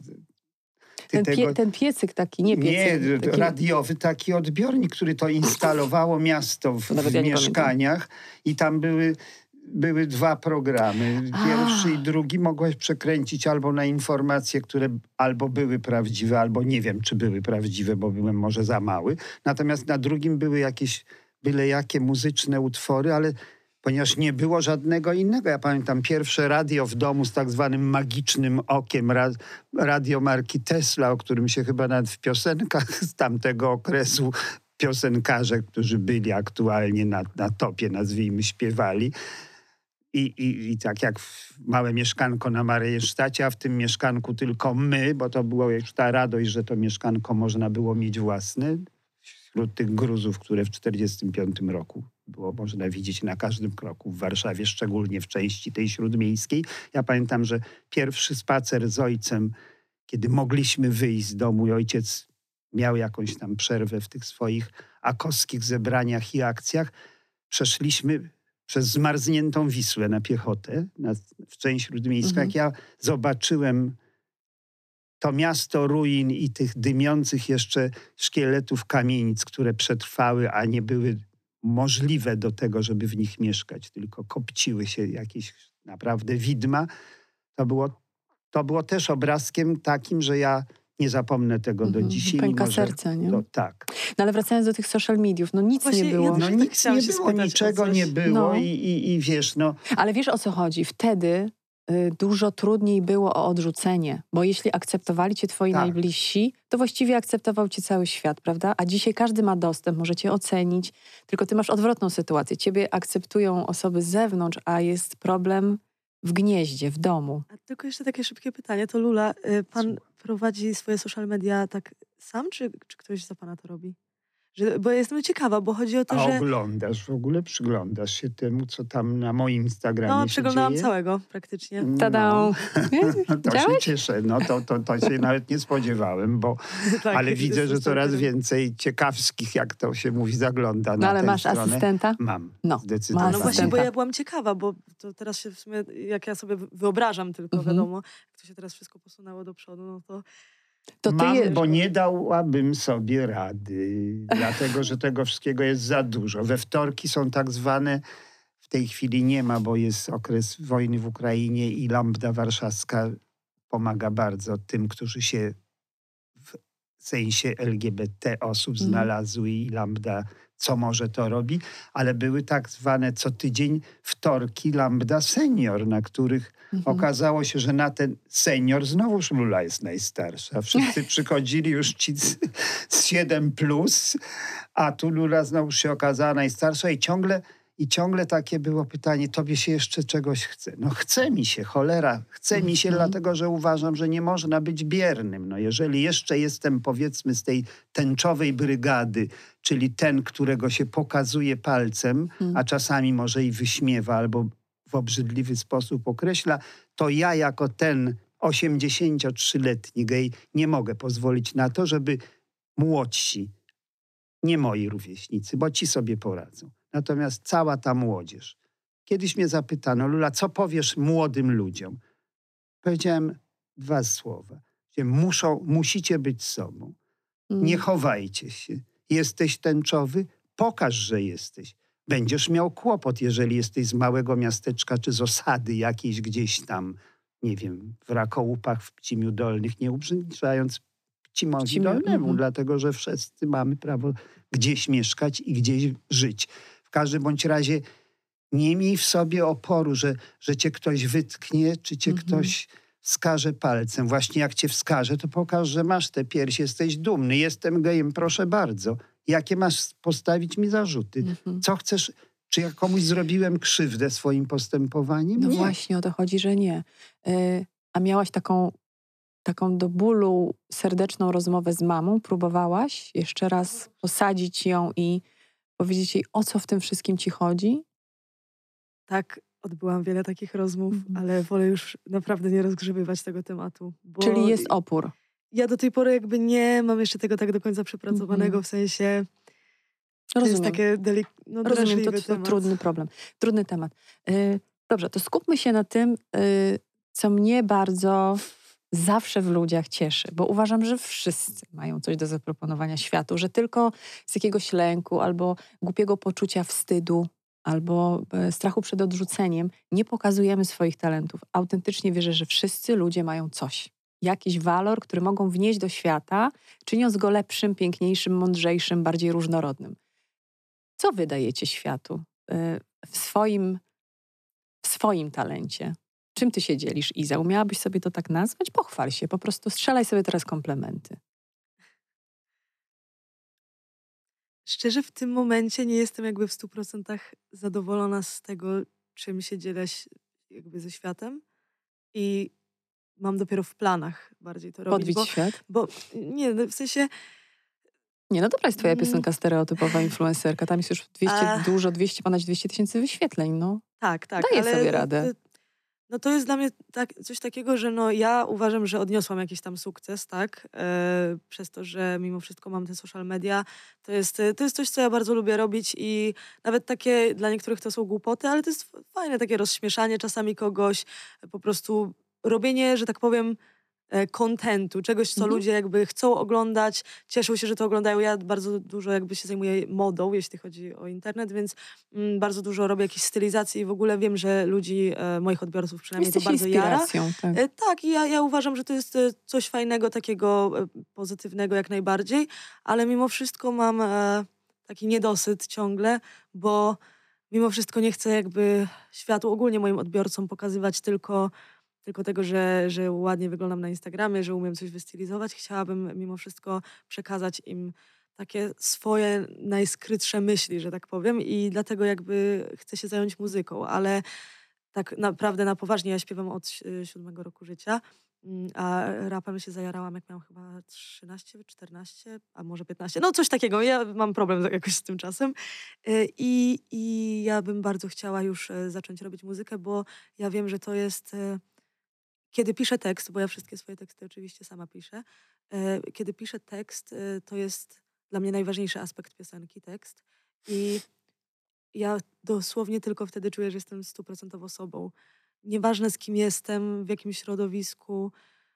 Ty Ten, pie, ten piecyk taki, nie piecyk. Nie, taki... radiowy taki odbiornik, który to instalowało miasto w, To nawet w ja nie mieszkaniach i tam były, były dwa programy. Pierwszy A. i drugi mogłeś przekręcić albo na informacje, które albo były prawdziwe, albo nie wiem, czy były prawdziwe, bo byłem może za mały. Natomiast na drugim były jakieś byle jakie muzyczne utwory, ale ponieważ nie było żadnego innego. Ja pamiętam pierwsze radio w domu z tak zwanym magicznym okiem, ra, radio marki Tesla, o którym się chyba nawet w piosenkach z tamtego okresu piosenkarze, którzy byli aktualnie na, na topie, nazwijmy, śpiewali. I, i, I tak jak w małe mieszkanko na Mariensztacie, a w tym mieszkanku tylko my, bo to była już ta radość, że to mieszkanko można było mieć własne. Wśród tych gruzów, które w czterdziestym piątym roku było można widzieć na każdym kroku w Warszawie, szczególnie w części tej śródmiejskiej. Ja pamiętam, że pierwszy spacer z ojcem, kiedy mogliśmy wyjść z domu i ojciec miał jakąś tam przerwę w tych swoich akowskich zebraniach i akcjach, przeszliśmy przez zmarzniętą Wisłę na piechotę, na, w część śródmiejską. Mhm. Jak ja zobaczyłem to miasto ruin i tych dymiących jeszcze szkieletów kamienic, które przetrwały, a nie były możliwe do tego, żeby w nich mieszkać, tylko kopciły się jakieś naprawdę widma. To było, to było też obrazkiem takim, że ja nie zapomnę tego Mhm. do dzisiaj. Pęka mimo że serce, nie? To, tak. No ale wracając do tych social mediów, no nic Właśnie nie ja było. też No tak nic chciałam nie się było, spytać o niczego coś. nie było No. i, i, i wiesz, no... Ale wiesz, o co chodzi? Wtedy y, dużo trudniej było o odrzucenie, bo jeśli akceptowali cię twoi Tak. najbliżsi, to właściwie akceptował cię cały świat, prawda? A dzisiaj każdy ma dostęp, może cię ocenić, tylko ty masz odwrotną sytuację. Ciebie akceptują osoby z zewnątrz, a jest problem w gnieździe, w domu. A tylko jeszcze takie szybkie pytanie. To Lula, y, pan Słucham. prowadzi swoje social media tak sam, czy, czy ktoś za pana to robi? Że, bo ja jestem ciekawa, bo chodzi o to, A że... oglądasz, w ogóle przyglądasz się temu, co tam na moim Instagramie No, się przeglądałam dzieje? całego praktycznie. Tada! No, to się Widziałeś? cieszę. No to, to, to się nawet nie spodziewałem, bo Tak, ale widzę, że jestem coraz stalkerem. więcej ciekawskich, jak to się mówi, zagląda No na ale tę masz stronę. asystenta? Mam, No, zdecydowanie. ma No właśnie, asystenta. bo ja byłam ciekawa, bo to teraz się w sumie, jak ja sobie wyobrażam tylko, Mhm. wiadomo, jak to się teraz wszystko posunęło do przodu, no to... To ty Mam, je... bo nie dałabym sobie rady, dlatego że tego wszystkiego jest za dużo. We wtorki są tak zwane, w tej chwili nie ma, bo jest okres wojny w Ukrainie i Lambda Warszawska pomaga bardzo tym, którzy się w sensie L G B T osób Mhm. znalazły i Lambda co może to robi, ale były tak zwane co tydzień wtorki Lambda Senior, na których Mhm. okazało się, że na ten senior znowuż Lula jest najstarsza. Wszyscy przychodzili już ci z, z siedem plus, a tu Lula znowuż się okazała najstarsza i ciągle, i ciągle takie było pytanie, tobie się jeszcze czegoś chce. No chce mi się, cholera, chce mi się, Mhm. dlatego że uważam, że nie można być biernym. No jeżeli jeszcze jestem, powiedzmy, z tej tęczowej brygady, czyli ten, którego się pokazuje palcem, Mhm. a czasami może i wyśmiewa albo w obrzydliwy sposób określa, to ja jako ten osiemdziesięciotrzyletni gej nie mogę pozwolić na to, żeby młodsi, nie moi rówieśnicy, bo ci sobie poradzą. Natomiast cała ta młodzież. Kiedyś mnie zapytano, Lula, co powiesz młodym ludziom? Powiedziałem dwa słowa. Że muszą, musicie być sobą. Mm. Nie chowajcie się. Jesteś tęczowy? Pokaż, że jesteś. Będziesz miał kłopot, jeżeli jesteś z małego miasteczka czy z osady jakiejś gdzieś tam, nie wiem, w Rakołupach, w Pcimiu Dolnych, nie ubliżając Pcimowi Pcimiu, Dolnemu, mhm. dlatego że wszyscy mamy prawo gdzieś mieszkać i gdzieś żyć. W każdym bądź razie nie miej w sobie oporu, że, że cię ktoś wytknie, czy cię Mhm. ktoś wskaże palcem. Właśnie jak cię wskaże, to pokaż, że masz te piersi, jesteś dumny. Jestem gejem, proszę bardzo. Jakie masz postawić mi zarzuty? Mhm. Co chcesz? Czy ja komuś zrobiłem krzywdę swoim postępowaniem? No Nie. właśnie, o to chodzi, że nie. Y, a miałaś taką, taką do bólu serdeczną rozmowę z mamą? Próbowałaś jeszcze raz posadzić ją i powiedzieć jej, o co w tym wszystkim ci chodzi? Tak, odbyłam wiele takich rozmów, Mhm. ale wolę już naprawdę nie rozgrzebywać tego tematu. Bo Czyli jest opór. ja do tej pory jakby nie mam jeszcze tego tak do końca przepracowanego, Mhm. w sensie to jest Rozumiem. takie delik- no, Rozumiem, to, drażliwy to temat. trudny problem, trudny temat. Y, dobrze, to skupmy się na tym, y, co mnie bardzo zawsze w ludziach cieszy, bo uważam, że wszyscy mają coś do zaproponowania światu, że tylko z jakiegoś lęku albo głupiego poczucia wstydu albo e, strachu przed odrzuceniem nie pokazujemy swoich talentów. Autentycznie wierzę, że wszyscy ludzie mają coś. Jakiś walor, który mogą wnieść do świata, czyniąc go lepszym, piękniejszym, mądrzejszym, bardziej różnorodnym. Co wy dajecie światu y, w swoim, w swoim talencie? Czym ty się dzielisz, Iza? Umiałabyś sobie to tak nazwać? Pochwal się, po prostu strzelaj sobie teraz komplementy. Szczerze w tym momencie nie jestem jakby w stu procentach zadowolona z tego, czym się dzielę ś- jakby ze światem i mam dopiero w planach bardziej to robić, Podbić bo, świat? bo nie, no w sensie Nie, no dobra jest twoja mm, piosenka stereotypowa influencerka. Tam jest już dwieście, a, dużo, dwieście, ponad dwieście tysięcy wyświetleń, no. tak, tak, Daję ale sobie y, radę. y, no to jest dla mnie tak, coś takiego, że no ja uważam, że odniosłam jakiś tam sukces, tak? E, przez to, że mimo wszystko mam te social media. To jest, e, to jest coś, co ja bardzo lubię robić i nawet takie, dla niektórych to są głupoty, ale to jest f- fajne takie rozśmieszanie czasami kogoś, e, po prostu robienie, że tak powiem, e, kontentu, czegoś, co Mhm. ludzie jakby chcą oglądać, cieszą się, że to oglądają. Ja bardzo dużo jakby się zajmuję modą, jeśli chodzi o internet, więc mm, bardzo dużo robię jakichś stylizacji i w ogóle wiem, że ludzi, e, moich odbiorców przynajmniej to Jesteś bardzo jara. inspiracją, tak. E, Tak, i ja, ja uważam, że to jest e, coś fajnego, takiego e, pozytywnego jak najbardziej, ale mimo wszystko mam e, taki niedosyt ciągle, bo mimo wszystko nie chcę jakby światu, ogólnie moim odbiorcom pokazywać tylko, tylko tego, że, że ładnie wyglądam na Instagramie, że umiem coś wystylizować. Chciałabym mimo wszystko przekazać im takie swoje najskrytsze myśli, że tak powiem, i dlatego jakby chcę się zająć muzyką, ale tak naprawdę na poważnie ja śpiewam od si- siódmego roku życia, mm, a rapem się zajarałam jak miałam chyba trzynaście, czternaście, a może piętnaście. No coś takiego. Ja mam problem z- jakoś z tym czasem. Y, I, i ja bym bardzo chciała już e, zacząć robić muzykę, bo ja wiem, że to jest... e, Kiedy piszę tekst, bo ja wszystkie swoje teksty oczywiście sama piszę, e, kiedy piszę tekst, e, to jest dla mnie najważniejszy aspekt piosenki, tekst. I ja dosłownie tylko wtedy czuję, że jestem stuprocentowo sobą. Nieważne z kim jestem, w jakim środowisku,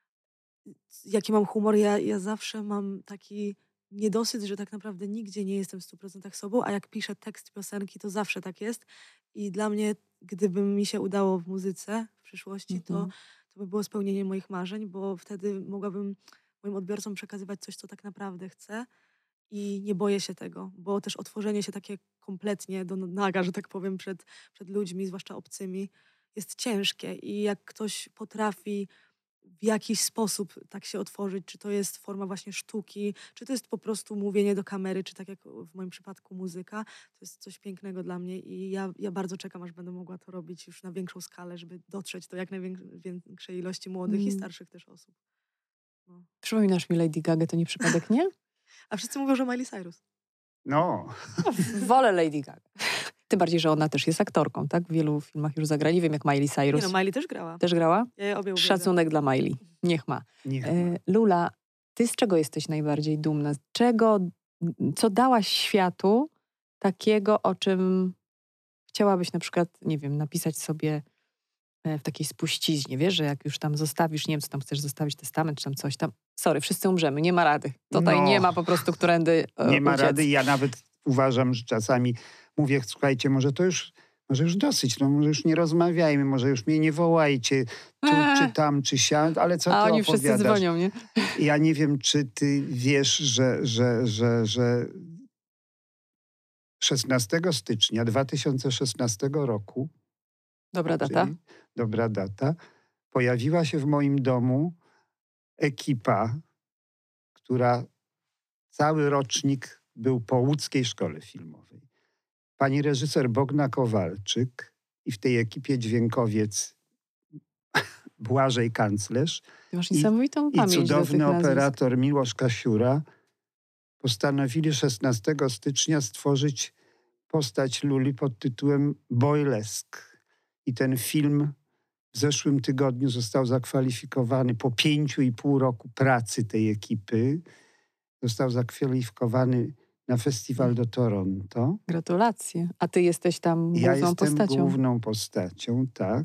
jaki mam humor, ja, ja zawsze mam taki niedosyt, że tak naprawdę nigdzie nie jestem w stu procentach sobą, a jak piszę tekst piosenki, to zawsze tak jest. I dla mnie, gdyby mi się udało w muzyce w przyszłości, to, Mhm. to by było spełnienie moich marzeń, bo wtedy mogłabym moim odbiorcom przekazywać coś, co tak naprawdę chcę i nie boję się tego, bo też otworzenie się takie kompletnie do naga, że tak powiem, przed, przed ludźmi, zwłaszcza obcymi, jest ciężkie i jak ktoś potrafi w jakiś sposób tak się otworzyć, czy to jest forma właśnie sztuki, czy to jest po prostu mówienie do kamery, czy tak jak w moim przypadku muzyka, to jest coś pięknego dla mnie i ja, ja bardzo czekam, aż będę mogła to robić już na większą skalę, żeby dotrzeć do jak największej ilości młodych i Mm. starszych też osób. No. Przypominasz mi Lady Gaga, to nie przypadek, nie? A wszyscy mówią, że Miley Cyrus. No, No, wolę Lady Gaga. Tym bardziej, że ona też jest aktorką, tak? W wielu filmach już zagrali. Nie wiem, jak Miley Nie Cyrus. no, Miley też grała. Też grała? Ja je obie uwielbiam. Szacunek dla Miley. Niech ma. niech ma. E, Lula, ty z czego jesteś najbardziej dumna? Z czego, co dałaś światu takiego, o czym chciałabyś na przykład, nie wiem, napisać sobie e, w takiej spuściźnie, wiesz, że jak już tam zostawisz, nie wiem, co tam chcesz zostawić, testament, czy tam coś tam. Sorry, wszyscy umrzemy, nie ma rady. Tutaj No. nie ma po prostu którędy e, Nie ma uciec. rady. Ja nawet uważam, że czasami mówię, słuchajcie, może to już, może już dosyć, no może już nie rozmawiajmy, może już mnie nie wołajcie tu, Eee. czy tam, czy siam, ale co ty A oni wszyscy opowiadasz? dzwonią, nie? Ja nie wiem, czy ty wiesz, że, że, że, że szesnastego stycznia dwa tysiące szesnastego roku, Dobra data. czyli dobra data, pojawiła się w moim domu ekipa, która cały rocznik był po łódzkiej szkole filmowej. Pani reżyser Bogna Kowalczyk i w tej ekipie dźwiękowiec Błażej Kanclerz Ty masz i- niesamowitą i pamięć do tych cudowny nazwisk. operator Miłosz Kasiura postanowili szesnastego stycznia stworzyć postać Luli pod tytułem Boylesk. I ten film w zeszłym tygodniu został zakwalifikowany po pięciu i pół roku pracy tej ekipy. Został zakwalifikowany na festiwal do Toronto. Gratulacje. A ty jesteś tam główną Ja jestem postacią. główną postacią, tak.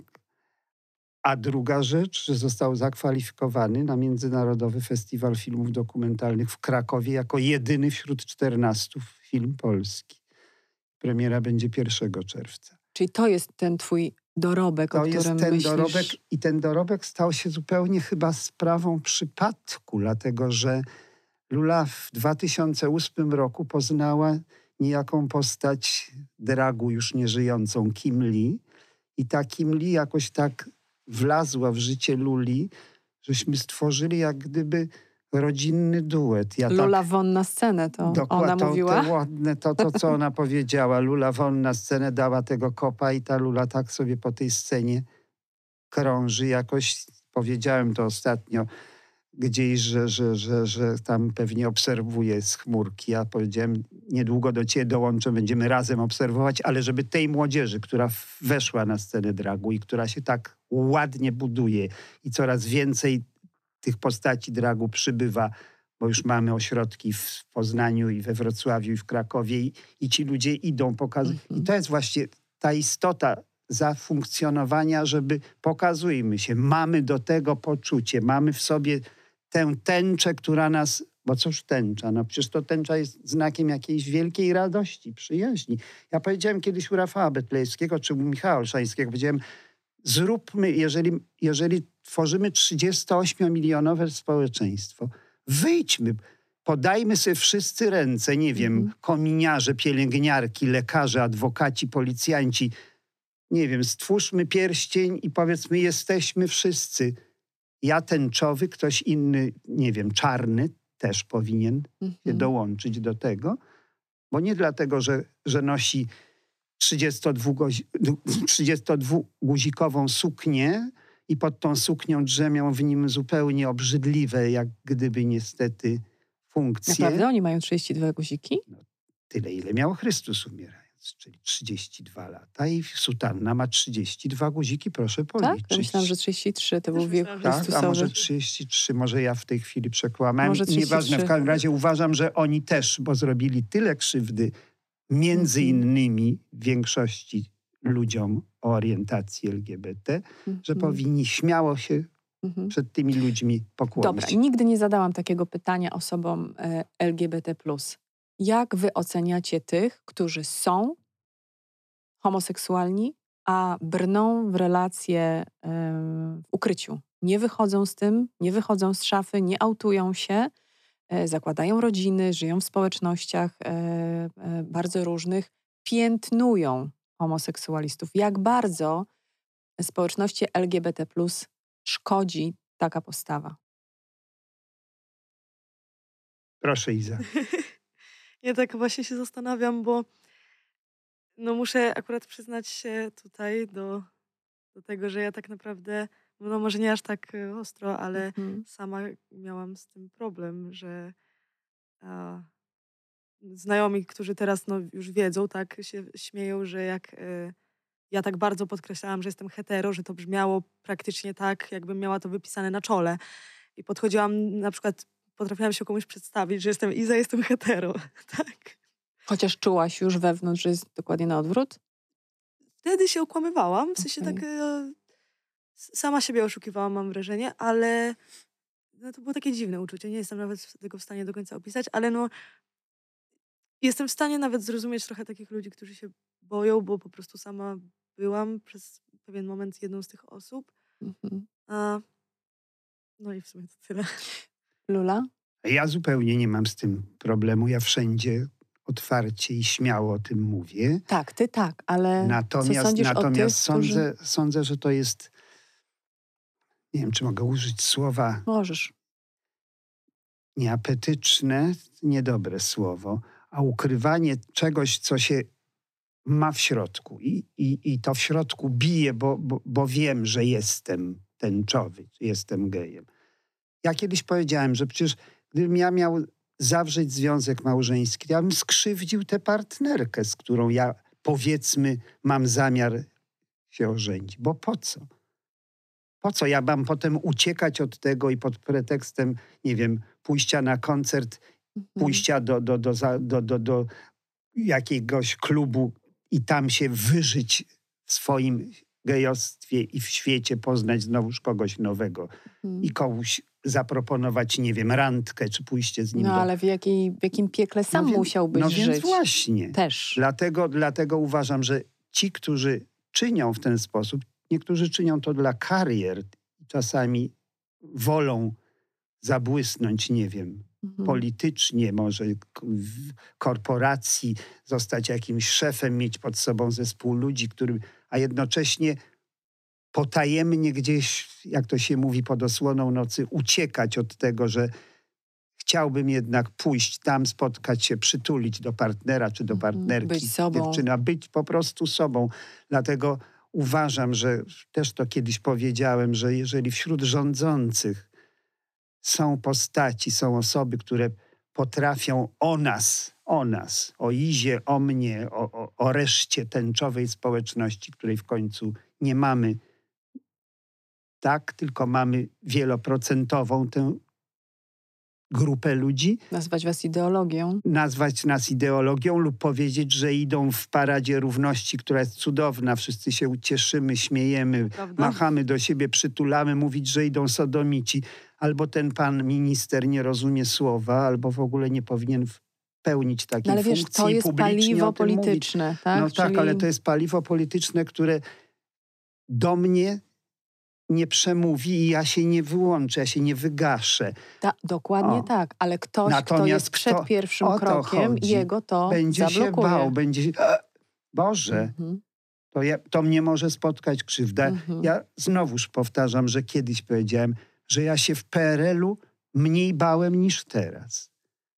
A druga rzecz, że został zakwalifikowany na Międzynarodowy Festiwal Filmów Dokumentalnych w Krakowie jako jedyny wśród czternastu film polski. Premiera będzie pierwszego czerwca. Czyli to jest ten twój dorobek, To o jest którym ten myślisz... dorobek i ten dorobek stał się zupełnie chyba sprawą przypadku, dlatego że Lula w dwa tysiące ósmym roku poznała niejaką postać dragu już nieżyjącą Kim Lee i ta Kim Lee jakoś tak wlazła w życie Luli, żeśmy stworzyli jak gdyby rodzinny duet. Ja Lula tak, won na scenę, to dokład- ona to, mówiła? To ładne, to, to co ona powiedziała. Lula won na scenę dała tego kopa i ta Lula tak sobie po tej scenie krąży. Jakoś powiedziałem to ostatnio gdzieś, że, że, że, że tam pewnie obserwuję z chmurki. Ja powiedziałem, niedługo do ciebie dołączę, będziemy razem obserwować, ale żeby tej młodzieży, która weszła na scenę dragu i która się tak ładnie buduje i coraz więcej tych postaci dragu przybywa, bo już mamy ośrodki w Poznaniu i we Wrocławiu i w Krakowie i, i ci ludzie idą pokazują. Mhm. I to jest właśnie ta istota zafunkcjonowania, żeby pokazujmy się, mamy do tego poczucie, mamy w sobie tę tęczę, która nas, bo cóż tęcza, no przecież to tęcza jest znakiem jakiejś wielkiej radości, przyjaźni. Ja powiedziałem kiedyś u Rafała Betlejewskiego czy u Michała Olszańskiego, powiedziałem, zróbmy, jeżeli, jeżeli tworzymy trzydziestoośmiomilionowe społeczeństwo, wyjdźmy, podajmy sobie wszyscy ręce, nie wiem, Mhm. kominiarze, pielęgniarki, lekarze, adwokaci, policjanci, nie wiem, stwórzmy pierścień i powiedzmy, jesteśmy wszyscy. Ja tęczowy, ktoś inny, nie wiem, czarny też powinien się Mhm. dołączyć do tego, bo nie dlatego, że, że nosi trzydziestodwuguzikową suknię i pod tą suknią drzemią w nim zupełnie obrzydliwe, jak gdyby niestety funkcje. Naprawdę oni mają trzydzieści dwa guziki? Tyle, ile miał Chrystus umierając, czyli trzydzieści dwa lata i sutanna ma trzydzieści dwa guziki, proszę Tak? policzyć. Ja myślałam, że trzydzieści trzy to Też był wiek myślałam, że- Tak, Chrystusowy. a może trzydzieści trzy, może ja w tej chwili przekłamałem. Może trzydzieści trzy. Nieważne, w każdym razie uważam, że oni też, bo zrobili tyle krzywdy, między Mhm. innymi większości ludziom o orientacji L G B T, że Mhm. powinni śmiało się Mhm. przed tymi ludźmi pokłonić. Dobra, nigdy nie zadałam takiego pytania osobom e, L G B T plus. Jak wy oceniacie tych, którzy są homoseksualni, a brną w relacje e, w ukryciu? Nie wychodzą z tym, nie wychodzą z szafy, nie autują się, e, zakładają rodziny, żyją w społecznościach e, e, bardzo różnych, piętnują homoseksualistów. Jak bardzo społeczności L G B T plus szkodzi taka postawa? Proszę, Iza. Ja tak właśnie się zastanawiam, bo no muszę akurat przyznać się tutaj do, do tego, że ja tak naprawdę, no może nie aż tak e, ostro, ale Mhm. sama miałam z tym problem, że a, znajomi, którzy teraz no, już wiedzą, tak się śmieją, że jak e, ja tak bardzo podkreślałam, że jestem hetero, że to brzmiało praktycznie tak, jakbym miała to wypisane na czole. I podchodziłam, na przykład potrafiłam się komuś przedstawić, że jestem Iza, jestem hetero. Tak. Chociaż czułaś już wewnątrz, że jest dokładnie na odwrót? Wtedy się okłamywałam, w sensie Okej. tak e, s- sama siebie oszukiwałam, mam wrażenie, ale no, to było takie dziwne uczucie. Nie jestem nawet tego w stanie do końca opisać, ale no jestem w stanie nawet zrozumieć trochę takich ludzi, którzy się boją, bo po prostu sama byłam przez pewien moment jedną z tych osób. Mhm. A, no i w sumie to tyle. Lula? Ja zupełnie nie mam z tym problemu. Ja wszędzie otwarcie i śmiało o tym mówię. Tak, ty tak, ale co Natomiast, sądzisz natomiast o tych, którzy... sądzę, sądzę, że to jest, nie wiem, czy mogę użyć słowa Możesz. nieapetyczne, niedobre słowo, a ukrywanie czegoś, co się ma w środku. I, i, i to w środku bije, bo, bo, bo wiem, że jestem tęczowy, jestem gejem. Ja kiedyś powiedziałem, że przecież gdybym ja miał zawrzeć związek małżeński, ja bym skrzywdził tę partnerkę, z którą ja, powiedzmy, mam zamiar się ożenić. Bo po co? Po co ja mam potem uciekać od tego i pod pretekstem, nie wiem, pójścia na koncert, Mhm. pójścia do, do, do, za- do, do, do jakiegoś klubu i tam się wyżyć w swoim gejostwie i w świecie, poznać znowuż kogoś nowego Mhm. i komuś zaproponować, nie wiem, randkę, czy pójście z nim No do... ale w, jakiej, w jakim piekle sam No wie- musiałbyś no żyć. więc właśnie. Też. Dlatego, dlatego uważam, że ci, którzy czynią w ten sposób, niektórzy czynią to dla karier, czasami wolą zabłysnąć, nie wiem, Mhm. politycznie, może k- w korporacji, zostać jakimś szefem, mieć pod sobą zespół ludzi, który, a jednocześnie potajemnie gdzieś, jak to się mówi, pod osłoną nocy, uciekać od tego, że chciałbym jednak pójść tam, spotkać się, przytulić do partnera czy do Mhm. partnerki, Być sobą. dziewczyny, a być po prostu sobą. Dlatego uważam, że też to kiedyś powiedziałem, że jeżeli wśród rządzących są postaci, są osoby, które potrafią o nas, o nas, o Izie, o mnie, o, o, o reszcie tęczowej społeczności, której w końcu nie mamy, tak, tylko mamy wieloprocentową tę grupę ludzi, Nazwać was ideologią. nazwać nas ideologią lub powiedzieć, że idą w paradzie równości, która jest cudowna, wszyscy się cieszymy, śmiejemy, Prawda? machamy do siebie, przytulamy, mówić, że idą sodomici. Albo ten pan minister nie rozumie słowa, albo w ogóle nie powinien w- pełnić takiej No ale wiesz, funkcji to i jest publicznie paliwo o tym mówić. polityczne, tak? No tak, Czyli ale to jest paliwo polityczne, które do mnie nie przemówi i ja się nie wyłączę, ja się nie wygaszę. ta, dokładnie O. tak, ale ktoś, kto Natomiast jest przed kto- pierwszym o to krokiem, chodzi. jego to Będzie się zablokuje. bał, będzie... Boże, Mhm. to, ja, to mnie może spotkać krzywda. Mhm. Ja znowuż powtarzam, że kiedyś powiedziałem, że ja się w P R L-u mniej bałem niż teraz.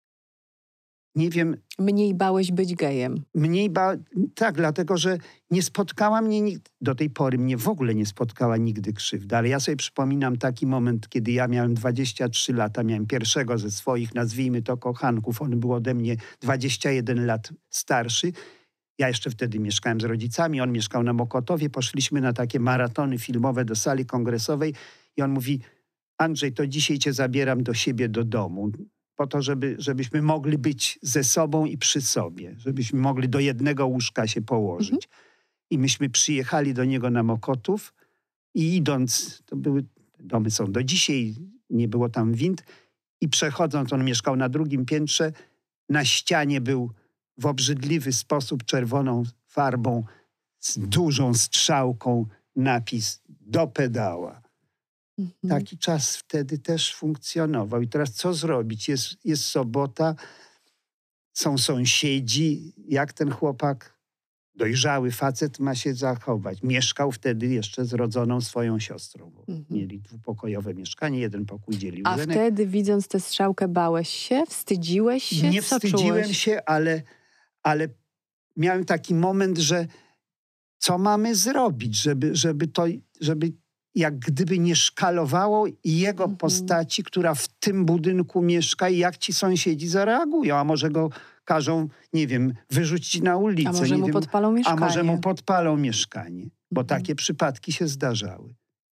Nie wiem, Mniej bałeś być gejem. mniej ba... Tak, dlatego, że nie spotkała mnie nigdy, do tej pory mnie w ogóle nie spotkała nigdy krzywda, ale ja sobie przypominam taki moment, kiedy ja miałem dwadzieścia trzy lata, miałem pierwszego ze swoich, nazwijmy to, kochanków. On był ode mnie dwadzieścia jeden lat starszy. Ja jeszcze wtedy mieszkałem z rodzicami, on mieszkał na Mokotowie. Poszliśmy na takie maratony filmowe do sali kongresowej i on mówi: Andrzej, to dzisiaj cię zabieram do siebie do domu, po to, żeby, żebyśmy mogli być ze sobą i przy sobie, żebyśmy mogli do jednego łóżka się położyć. Mhm. I myśmy przyjechali do niego na Mokotów i idąc, to były, domy są do dzisiaj, nie było tam wind, i przechodząc, on mieszkał na drugim piętrze, na ścianie był w obrzydliwy sposób czerwoną farbą z dużą strzałką napis do pedała. Mhm. Taki czas wtedy też funkcjonował. I teraz co zrobić? Jest, jest sobota, są sąsiedzi. Jak ten chłopak, dojrzały facet, ma się zachować? Mieszkał wtedy jeszcze z rodzoną swoją siostrą. Bo Mhm. mieli dwupokojowe mieszkanie, jeden pokój dzielił A Zenek. wtedy, widząc tę strzałkę, bałeś się? Wstydziłeś się? Nie Co wstydziłem czułeś? się, ale, ale miałem taki moment, że co mamy zrobić, żeby, żeby to, żeby jak gdyby nie szkalowało jego Mhm. postaci, która w tym budynku mieszka, i jak ci sąsiedzi zareagują. A może go każą, nie wiem, wyrzucić na ulicę. A może nie mu wiem, podpalą a mieszkanie? może mu podpalą mieszkanie. Bo Mhm. takie przypadki się zdarzały.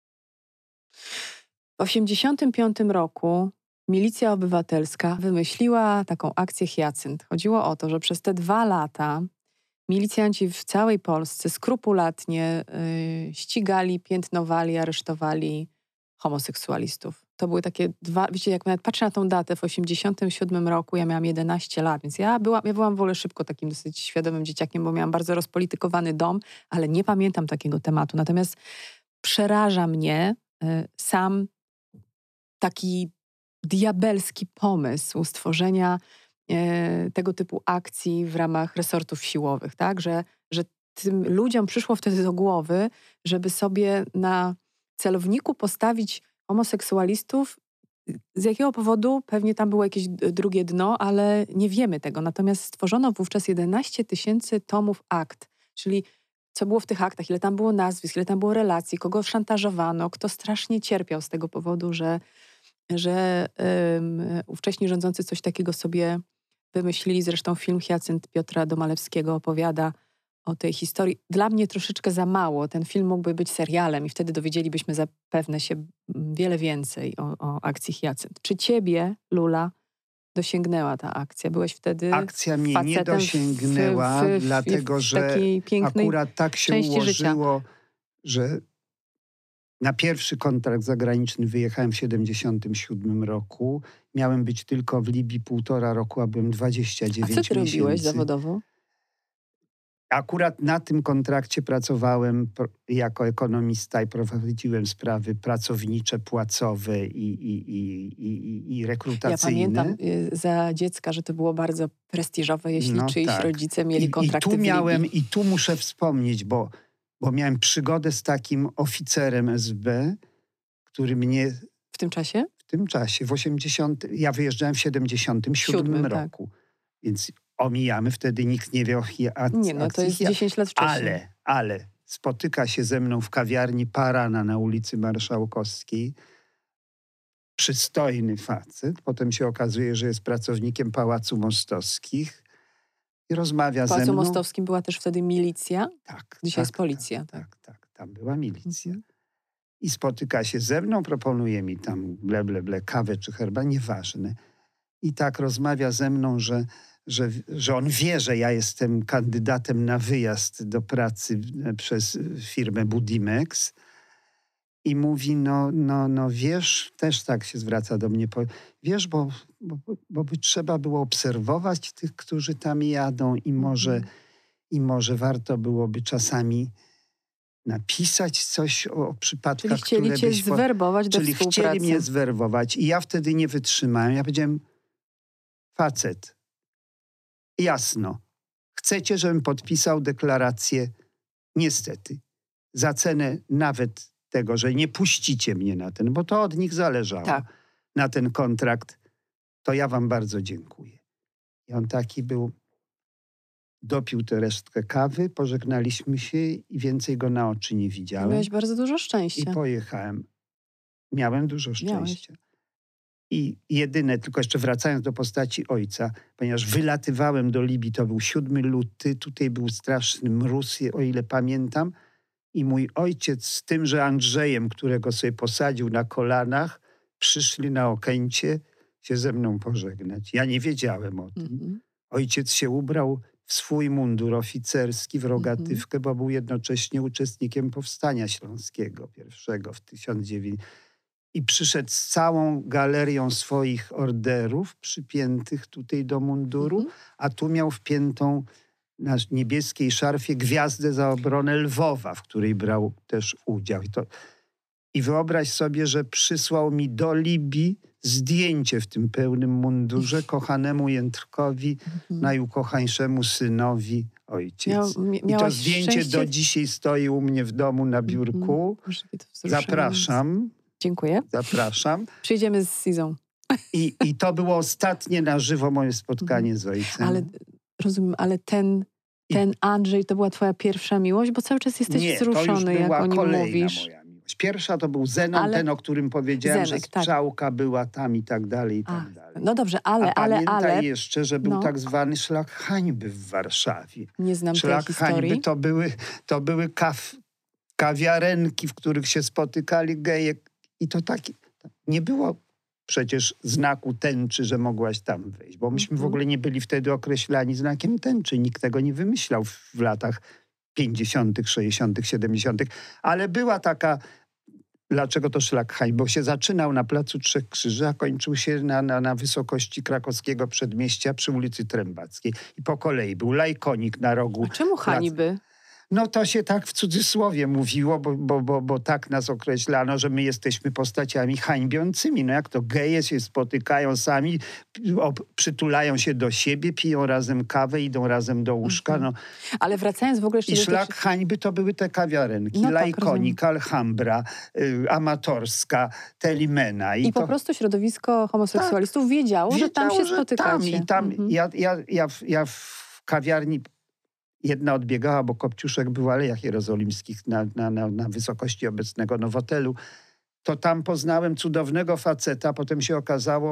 W osiemdziesiątym piątym roku Milicja Obywatelska wymyśliła taką akcję Hyacynt. Chodziło o to, że przez te dwa lata milicjanci w całej Polsce skrupulatnie y, ścigali, piętnowali, aresztowali homoseksualistów. To były takie dwa... Wiecie, jak nawet patrzę na tą datę, w osiemdziesiątym siódmym roku ja miałam jedenaście lat, więc ja byłam, ja byłam w ogóle szybko takim dosyć świadomym dzieciakiem, bo miałam bardzo rozpolitykowany dom, ale nie pamiętam takiego tematu. Natomiast przeraża mnie y, sam taki diabelski pomysł stworzenia e, tego typu akcji w ramach resortów siłowych, tak? Że, że tym ludziom przyszło wtedy do głowy, żeby sobie na celowniku postawić homoseksualistów. Z jakiego powodu? Pewnie tam było jakieś d- drugie dno, ale nie wiemy tego. Natomiast stworzono wówczas jedenaście tysięcy tomów akt, czyli co było w tych aktach, ile tam było nazwisk, ile tam było relacji, kogo szantażowano, kto strasznie cierpiał z tego powodu, że że um, ówcześni rządzący coś takiego sobie wymyślili. Zresztą film Hyacynt Piotra Domalewskiego opowiada o tej historii. Dla mnie troszeczkę za mało. Ten film mógłby być serialem i wtedy dowiedzielibyśmy zapewne się wiele więcej o, o akcji Hyacynt. Czy ciebie, Lula, dosięgnęła ta akcja? Byłeś wtedy Akcja mnie nie facetem dosięgnęła, w, w, w, dlatego w że takiej pięknej akurat tak się części ułożyło, życia. że na pierwszy kontrakt zagraniczny wyjechałem w siedemdziesiątym siódmym roku. Miałem być tylko w Libii półtora roku, a byłem dwadzieścia dziewięć A co ty miesięcy. robiłeś zawodowo? Akurat na tym kontrakcie pracowałem jako ekonomista i prowadziłem sprawy pracownicze, płacowe i, i, i, i, i rekrutacyjne. Ja pamiętam y, za dziecka, że to było bardzo prestiżowe, jeśli No czyjś tak. rodzice mieli I, kontrakty i tu w miałem, Libii. I tu muszę wspomnieć, bo, bo miałem przygodę z takim oficerem S B, który mnie W tym czasie? w tym czasie, w osiemdziesiątym ja wyjeżdżałem w siedemdziesiątym siódmym Siódmym, roku. Więc omijamy, wtedy nikt nie wie o akcji. Nie, no to jest dziesięć lat wcześniej. Ale, ale spotyka się ze mną w kawiarni Parana na ulicy Marszałkowskiej. Przystojny facet. Potem się okazuje, że jest pracownikiem Pałacu Mostowskich. I rozmawia W ze Pałacu mną. Mostowskim była też wtedy milicja. Tak. Dzisiaj tak, jest policja. Tak, Tak. tak, tak. Tam była milicja. Mhm. I spotyka się ze mną, proponuje mi tam ble, ble, ble, kawę czy herbatę, nieważne. I tak rozmawia ze mną, że, że, że on wie, że ja jestem kandydatem na wyjazd do pracy przez firmę Budimex. I mówi, no, no, no wiesz, też tak się zwraca do mnie, wiesz, bo, bo, bo by trzeba było obserwować tych, którzy tam jadą i może, Mhm. i może warto byłoby czasami napisać coś o, o przypadkach, Czyli chcieli które cię byś... Po... zwerbować do Czyli współpracy. chcieli mnie zwerbować i ja wtedy nie wytrzymałem. Ja powiedziałem, facet, jasno, chcecie, żebym podpisał deklarację, niestety, za cenę nawet tego, że nie puścicie mnie na ten, bo to od nich zależało, Tak. na ten kontrakt, to ja wam bardzo dziękuję. I on taki był, dopił tę resztkę kawy, pożegnaliśmy się i więcej go na oczy nie widziałem. Miałeś bardzo dużo I szczęścia. pojechałem. Miałem dużo Miałeś. szczęścia. I jedyne, tylko jeszcze wracając do postaci ojca, ponieważ wylatywałem do Libii, to był siódmy luty, tutaj był straszny mróz, o ile pamiętam. I mój ojciec z tymże Andrzejem, którego sobie posadził na kolanach, przyszli na Okęcie się ze mną pożegnać. Ja nie wiedziałem o tym. Mhm. Ojciec się ubrał w swój mundur oficerski, w rogatywkę, bo był jednocześnie uczestnikiem Powstania Śląskiego pierwszego w tysiąc dziewięćset. I przyszedł z całą galerią swoich orderów przypiętych tutaj do munduru, Mhm. a tu miał wpiętą na niebieskiej szarfie gwiazdę za obronę Lwowa, w której brał też udział. I, to, I wyobraź sobie, że przysłał mi do Libii zdjęcie w tym pełnym mundurze kochanemu Jędrkowi, Mhm. najukochańszemu synowi ojciec. Miał, mi, I to miałaś zdjęcie szczęście... do dzisiaj stoi u mnie w domu na biurku. Boże, jakie to wzruszające. Zapraszam, Dziękuję. zapraszam. Przyjdziemy z Sizą. I, I to było ostatnie na żywo moje spotkanie z ojcem. Ale rozumiem, ale ten, I- ten Andrzej to była twoja pierwsza miłość? Bo cały czas jesteś Nie, to już wzruszony, jak była o nim kolejna mówisz. moja miłość. Pierwsza to był Zenon, Ale- ten, o którym powiedziałem, Zenek, że tak. strzałka była tam i tak dalej, i tak Ach, dalej. no dobrze, ale, A ale, pamiętaj ale... jeszcze, że był no. tak zwany szlak hańby w Warszawie. Nie znam tej Szlak historii. hańby to były, to były kaw, kawiarenki, w których się spotykali geje. I to taki, nie było przecież znaku tęczy, że mogłaś tam wejść. Bo myśmy w Mhm. ogóle nie byli wtedy określani znakiem tęczy. Nikt tego nie wymyślał w, w latach pięćdziesiątych, sześćdziesiątych, siedemdziesiątych. Ale była taka... Dlaczego to szlak hańby? Bo się zaczynał na Placu Trzech Krzyży, a kończył się na, na, na wysokości krakowskiego przedmieścia przy ulicy Trębackiej. I po kolei był lajkonik na rogu. A czemu hańby? No to się tak w cudzysłowie mówiło, bo, bo, bo, bo tak nas określano, że my jesteśmy postaciami hańbiącymi. No jak to geje się spotykają sami, o, przytulają się do siebie, piją razem kawę, idą razem do łóżka. No. Ale wracając w ogóle jeszcze I do tych... szlak hańby to były te kawiarenki. No tak, Lajkonik, Alhambra, y, Amatorska, Telimena. I, I po to prostu środowisko homoseksualistów wiedziało, że tam wiedziało, się spotykacie. Tam, I tam Mhm. ja, ja, ja, w- ja w kawiarni jedna odbiegała, bo Kopciuszek był w Alejach Jerozolimskich na, na, na, na wysokości obecnego Nowotelu. To tam poznałem cudownego faceta. Potem się okazało,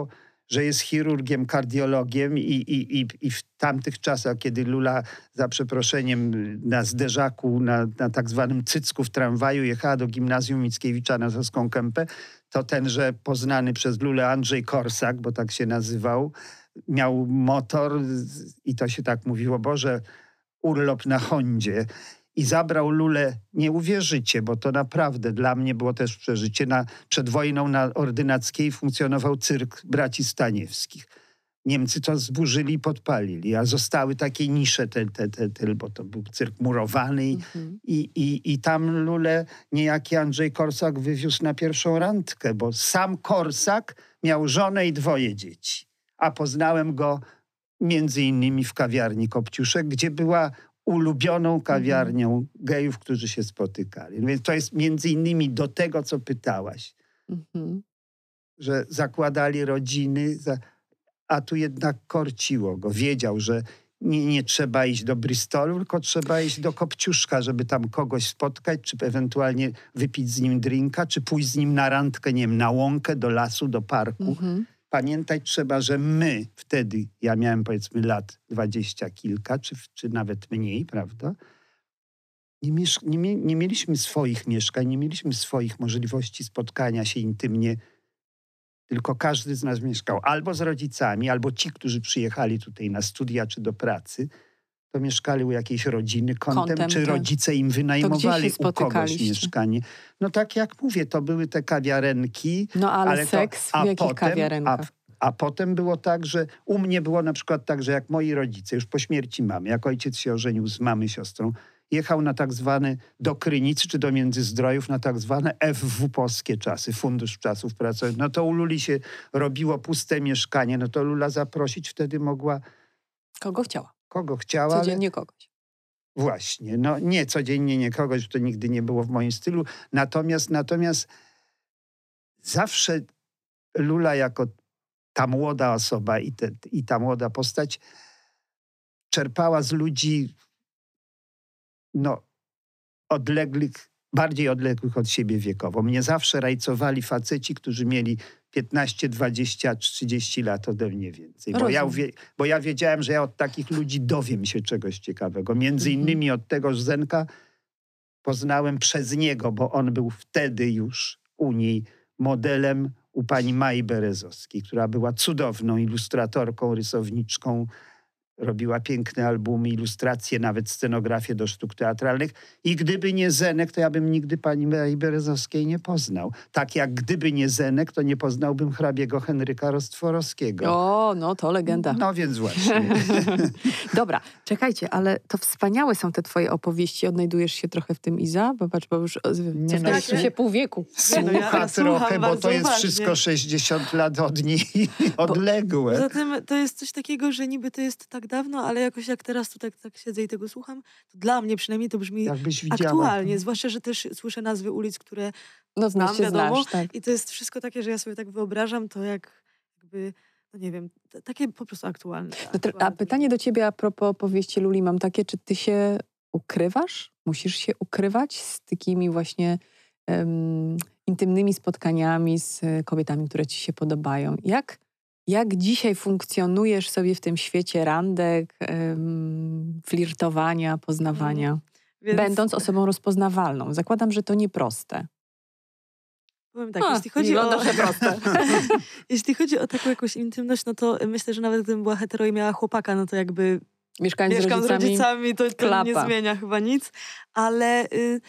że jest chirurgiem, kardiologiem i, i, i, i w tamtych czasach, kiedy Lula za przeproszeniem na zderzaku, na, na tak zwanym cycku w tramwaju jechała do gimnazjum Mickiewicza na Soską Kępę, to tenże poznany przez Lulę Andrzej Korsak, bo tak się nazywał, miał motor i to się tak mówiło, Boże, urlop na Hondzie. I zabrał Lulę, nie uwierzycie, bo to naprawdę dla mnie było też przeżycie. Na, przed wojną na Ordynackiej funkcjonował cyrk braci Staniewskich. Niemcy to zburzyli i podpalili, a zostały takie nisze, te, te, te, te, bo to był cyrk murowany. Mhm. I, i, I tam Lulę niejaki Andrzej Korsak wywiózł na pierwszą randkę, bo sam Korsak miał żonę i dwoje dzieci. A poznałem go między innymi w kawiarni Kopciuszek, gdzie była ulubioną kawiarnią mhm. gejów, którzy się spotykali. Więc to jest między innymi do tego, co pytałaś. Mhm. Że zakładali rodziny, za... a tu jednak korciło go. Wiedział, że nie, nie trzeba iść do Bristolu, tylko trzeba iść do Kopciuszka, żeby tam kogoś spotkać, czy ewentualnie wypić z nim drinka, czy pójść z nim na randkę, nie wiem, na łąkę, do lasu, do parku. Mhm. Pamiętać trzeba, że my wtedy, ja miałem powiedzmy lat dwadzieścia kilka, czy, czy nawet mniej, prawda? Nie, miesz- nie, mie- nie mieliśmy swoich mieszkań, nie mieliśmy swoich możliwości spotkania się intymnie, tylko każdy z nas mieszkał albo z rodzicami, albo ci, którzy przyjechali tutaj na studia czy do pracy, to mieszkali u jakiejś rodziny kątem, Kątem, czy tak. rodzice im wynajmowali u kogoś mieszkanie. No tak jak mówię, to były te kawiarenki. No ale, ale seks to, w jakich kawiarenkach? A, a potem było tak, że u mnie było na przykład tak, że jak moi rodzice, już po śmierci mamy, jak ojciec się ożenił z mamy siostrą, jechał na tak zwane do Krynicy czy do Międzyzdrojów na tak zwane F W polskie czasy, Fundusz Czasów Pracowniczych. No to u Luli się robiło puste mieszkanie, no to Lula zaprosić wtedy mogła... Kogo chciała. Kogo chciała. Codziennie ale... kogoś. Właśnie, no nie codziennie nie kogoś, to nigdy nie było w moim stylu. Natomiast, natomiast zawsze Lula jako ta młoda osoba i, te, i ta młoda postać czerpała z ludzi no, odległych, bardziej odległych od siebie wiekowo. Mnie zawsze rajcowali faceci, którzy mieli piętnaście, dwadzieścia, trzydzieści lat ode mnie więcej. Bo ja, uwie, bo ja wiedziałem, że ja od takich ludzi dowiem się czegoś ciekawego. Między mhm. innymi od tego Zenka poznałem przez niego, bo on był wtedy już u niej modelem u pani Mai Berezowskiej, która była cudowną ilustratorką, rysowniczką. Robiła piękne albumy, ilustracje, nawet scenografię do sztuk teatralnych. I gdyby nie Zenek, to ja bym nigdy pani Mai Berezowskiej nie poznał. Tak jak gdyby nie Zenek, to nie poznałbym hrabiego Henryka Rostworowskiego. O, no to legenda. No więc właśnie. Dobra, czekajcie, ale to wspaniałe są te twoje opowieści. Odnajdujesz się trochę w tym, Iza? Popatrz, bo już cofnęliśmy no, się pół wieku. Słucha no ja, ja trochę, bo to jest uważnie. wszystko sześćdziesiąt lat od niej odległe. Poza tym to jest coś takiego, że niby to jest tak dawno, ale jakoś jak teraz tu tak, tak siedzę i tego słucham, to dla mnie przynajmniej to brzmi aktualnie. Zwłaszcza, że też słyszę nazwy ulic, które no, znam, się wiadomo. Znasz, tak. I to jest wszystko takie, że ja sobie tak wyobrażam to jak jakby, no nie wiem, t- takie po prostu aktualne. No to, a pytanie do ciebie a propos powieści Luli mam takie, czy ty się ukrywasz? Musisz się ukrywać z takimi właśnie um, intymnymi spotkaniami z kobietami, które ci się podobają? Jak Jak dzisiaj funkcjonujesz sobie w tym świecie randek, ym, flirtowania, poznawania, mm, więc... będąc osobą rozpoznawalną? Zakładam, że to nieproste. Powiem tak, A, jeśli chodzi o... proste. jeśli chodzi o taką jakąś intymność, no to myślę, że nawet gdybym była hetero i miała chłopaka, no to jakby mieszkając mieszkam z rodzicami, z rodzicami to, to nie zmienia chyba nic. Ale y...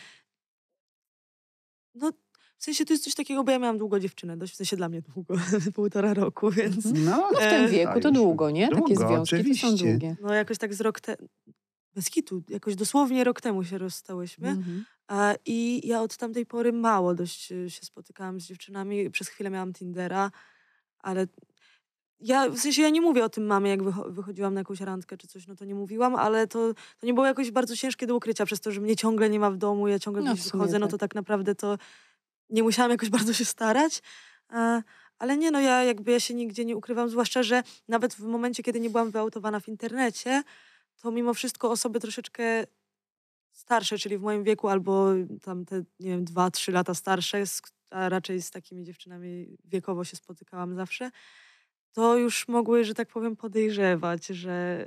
no w sensie to jest coś takiego, bo ja miałam długo dziewczynę, dość w sensie dla mnie długo, półtora roku, więc... No, no w tym wieku to długo, nie? Długo, Takie związki oczywiście. to są długie. No jakoś tak z rok temu, bez kitu, jakoś dosłownie rok temu się rozstałyśmy. Mhm. A, I ja od tamtej pory mało dość się spotykałam z dziewczynami. Przez chwilę miałam Tindera, ale ja, w sensie ja nie mówię o tym mamie, jak wycho- wychodziłam na jakąś randkę czy coś, no to nie mówiłam, ale to, to nie było jakoś bardzo ciężkie do ukrycia, przez to, że mnie ciągle nie ma w domu, ja ciągle no, gdzieś wychodzę, tak. No to tak naprawdę to nie musiałam jakoś bardzo się starać. A, ale nie, no ja jakby ja się nigdzie nie ukrywam, zwłaszcza, że nawet w momencie, kiedy nie byłam wyautowana w internecie, to mimo wszystko osoby troszeczkę starsze, czyli w moim wieku albo tam te, nie wiem, dwa, trzy lata starsze, a raczej z takimi dziewczynami wiekowo się spotykałam zawsze, to już mogły, że tak powiem, podejrzewać, że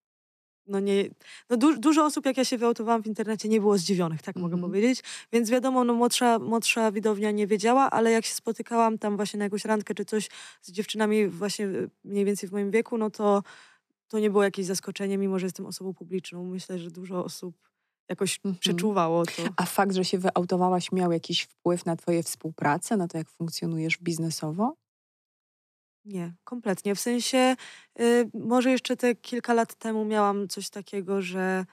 no nie, no du dużo osób, jak ja się wyautowałam w internecie, nie było zdziwionych, tak mogę Mhm. powiedzieć. Więc wiadomo, no młodsza, młodsza widownia nie wiedziała, ale jak się spotykałam tam właśnie na jakąś randkę czy coś z dziewczynami właśnie y, mniej więcej w moim wieku, no to to nie było jakieś zaskoczenie, mimo że jestem osobą publiczną. Myślę, że dużo osób jakoś Mhm. przeczuwało to. A fakt, że się wyautowałaś, miał jakiś wpływ na twoje współpracę, na to, jak funkcjonujesz biznesowo? Nie, kompletnie. W sensie, y, może jeszcze te kilka lat temu miałam coś takiego, że,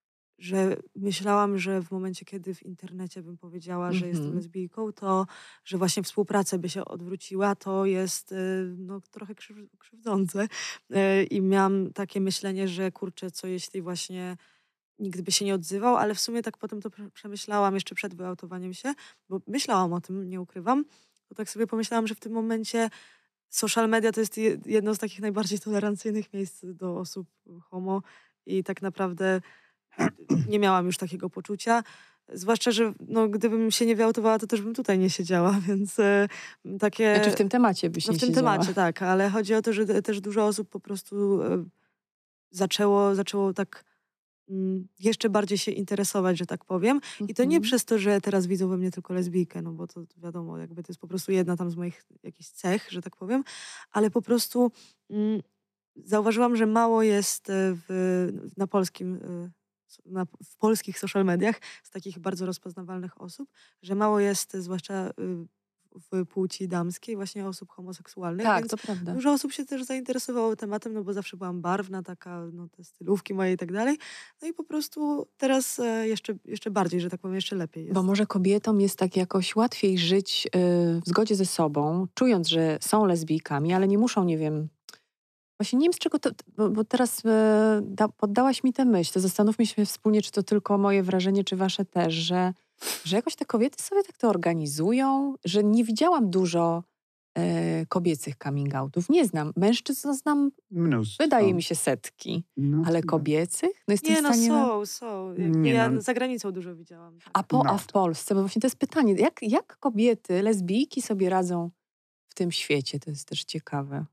że myślałam, że w momencie, kiedy w internecie bym powiedziała, że jestem Mhm. lesbijką, to że właśnie współpraca by się odwróciła, to jest y, no, trochę krzyw krzywdzące. Y, I miałam takie myślenie, że kurczę, co jeśli właśnie nikt by się nie odzywał, ale w sumie tak potem to prze- przemyślałam jeszcze przed wyautowaniem się, bo myślałam o tym, nie ukrywam, to tak sobie pomyślałam, że w tym momencie social media to jest je- jedno z takich najbardziej tolerancyjnych miejsc do osób homo i tak naprawdę nie miałam już takiego poczucia. Zwłaszcza, że no, gdybym się nie wyautowała, to też bym tutaj nie siedziała, więc e, takie... Znaczy w tym temacie byś No nie w tym siedziała. temacie, tak, ale chodzi o to, że te- też dużo osób po prostu e, zaczęło, zaczęło tak mm, jeszcze bardziej się interesować, że tak powiem. I to nie Mhm. przez to, że teraz widzą we mnie tylko lesbijkę, no bo to wiadomo, jakby to jest po prostu jedna tam z moich jakichś cech, że tak powiem, ale po prostu mm, zauważyłam, że mało jest e, w, na polskim, e, s- na, w polskich social mediach z takich bardzo rozpoznawalnych osób, że mało jest, e, zwłaszcza y, w płci damskiej, właśnie osób homoseksualnych, Tak, więc to prawda. dużo osób się też zainteresowało tematem, no bo zawsze byłam barwna, taka, no te stylówki moje i tak dalej. No i po prostu teraz e, jeszcze, jeszcze bardziej, że tak powiem, jeszcze lepiej Bo jest. może kobietom jest tak jakoś łatwiej żyć y, w zgodzie ze sobą, czując, że są lesbijkami, ale nie muszą, nie wiem, właśnie nie wiem z czego to, bo, bo teraz y, da, poddałaś mi tę myśl, to zastanówmy się wspólnie, czy to tylko moje wrażenie, czy wasze też, że, że jakoś te kobiety sobie tak to organizują, że nie widziałam dużo y, kobiecych coming outów. Nie znam. Mężczyzn znam, Mnóstwo. wydaje mi się, setki, No, ale to- kobiecych? No jestem Nie, w no stanie... na- są, są. Jakby Nie, ja no. za granicą dużo widziałam. Tak. A, po, No a w to- Polsce? Bo właśnie to jest pytanie, jak, jak kobiety, lesbijki sobie radzą w tym świecie? To jest też ciekawe.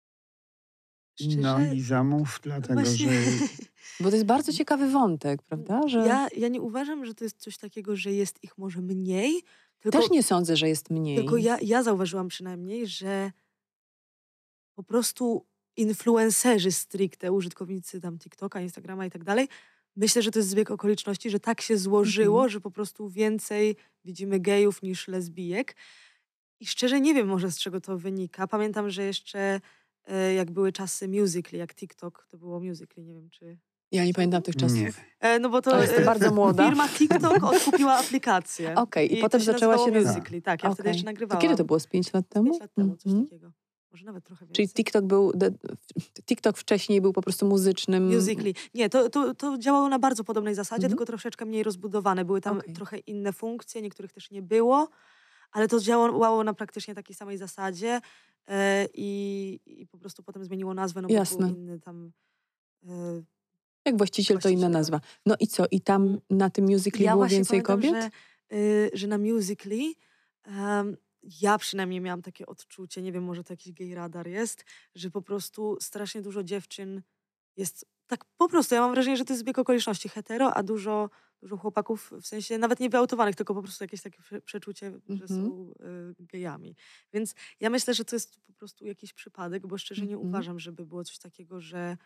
Szczerze, No i zamów, dlatego właśnie... że Bo to jest bardzo ciekawy wątek, prawda? Że Ja, ja nie uważam, że to jest coś takiego, że jest ich może mniej, tylko, też nie sądzę, że jest mniej. tylko ja, ja zauważyłam przynajmniej, że po prostu influencerzy stricte, użytkownicy tam TikToka, Instagrama i tak dalej, myślę, że to jest zbieg okoliczności, że tak się złożyło, Mhm. że po prostu więcej widzimy gejów niż lesbijek. I szczerze nie wiem może z czego to wynika. Pamiętam, że jeszcze e, jak były czasy Musical.ly, jak TikTok, to było Musical.ly, nie wiem czy... Ja nie pamiętam tych czasów. nie. E, no bo to To jestem e, bardzo młoda. firma TikTok odkupiła aplikację. Okej, i potem to zaczęła nazywało się roz- Musical.ly. Tak, ja wtedy Okej. jeszcze To nagrywałam. kiedy to było? Z pięć lat temu? Pięć lat temu, coś Mhm. takiego. Może nawet trochę więcej. Czyli TikTok był, de, TikTok wcześniej był po prostu muzycznym... Musical.ly. Nie, to, to, to działało na bardzo podobnej zasadzie, Mhm. tylko troszeczkę mniej rozbudowane. Były tam Okej. trochę inne funkcje, niektórych też nie było, ale to działało na praktycznie takiej samej zasadzie e, i, i po prostu potem zmieniło nazwę, no bo Jasne. był inny tam... E, Jak właściciel to inna Właściciel, nazwa. No i co? I tam Mm. na tym musicali ja było właśnie więcej pamiętam, kobiet? Że, y, że na Musical.ly em, ja przynajmniej miałam takie odczucie, nie wiem, może to jakiś gay radar jest, że po prostu strasznie dużo dziewczyn jest tak po prostu, ja mam wrażenie, że to jest zbieg okoliczności hetero, a dużo, dużo chłopaków, w sensie nawet nie wyautowanych, tylko po prostu jakieś takie prze- przeczucie, że Mhm. są y, gejami. Więc ja myślę, że to jest po prostu jakiś przypadek, bo szczerze nie Mhm. uważam, żeby było coś takiego, że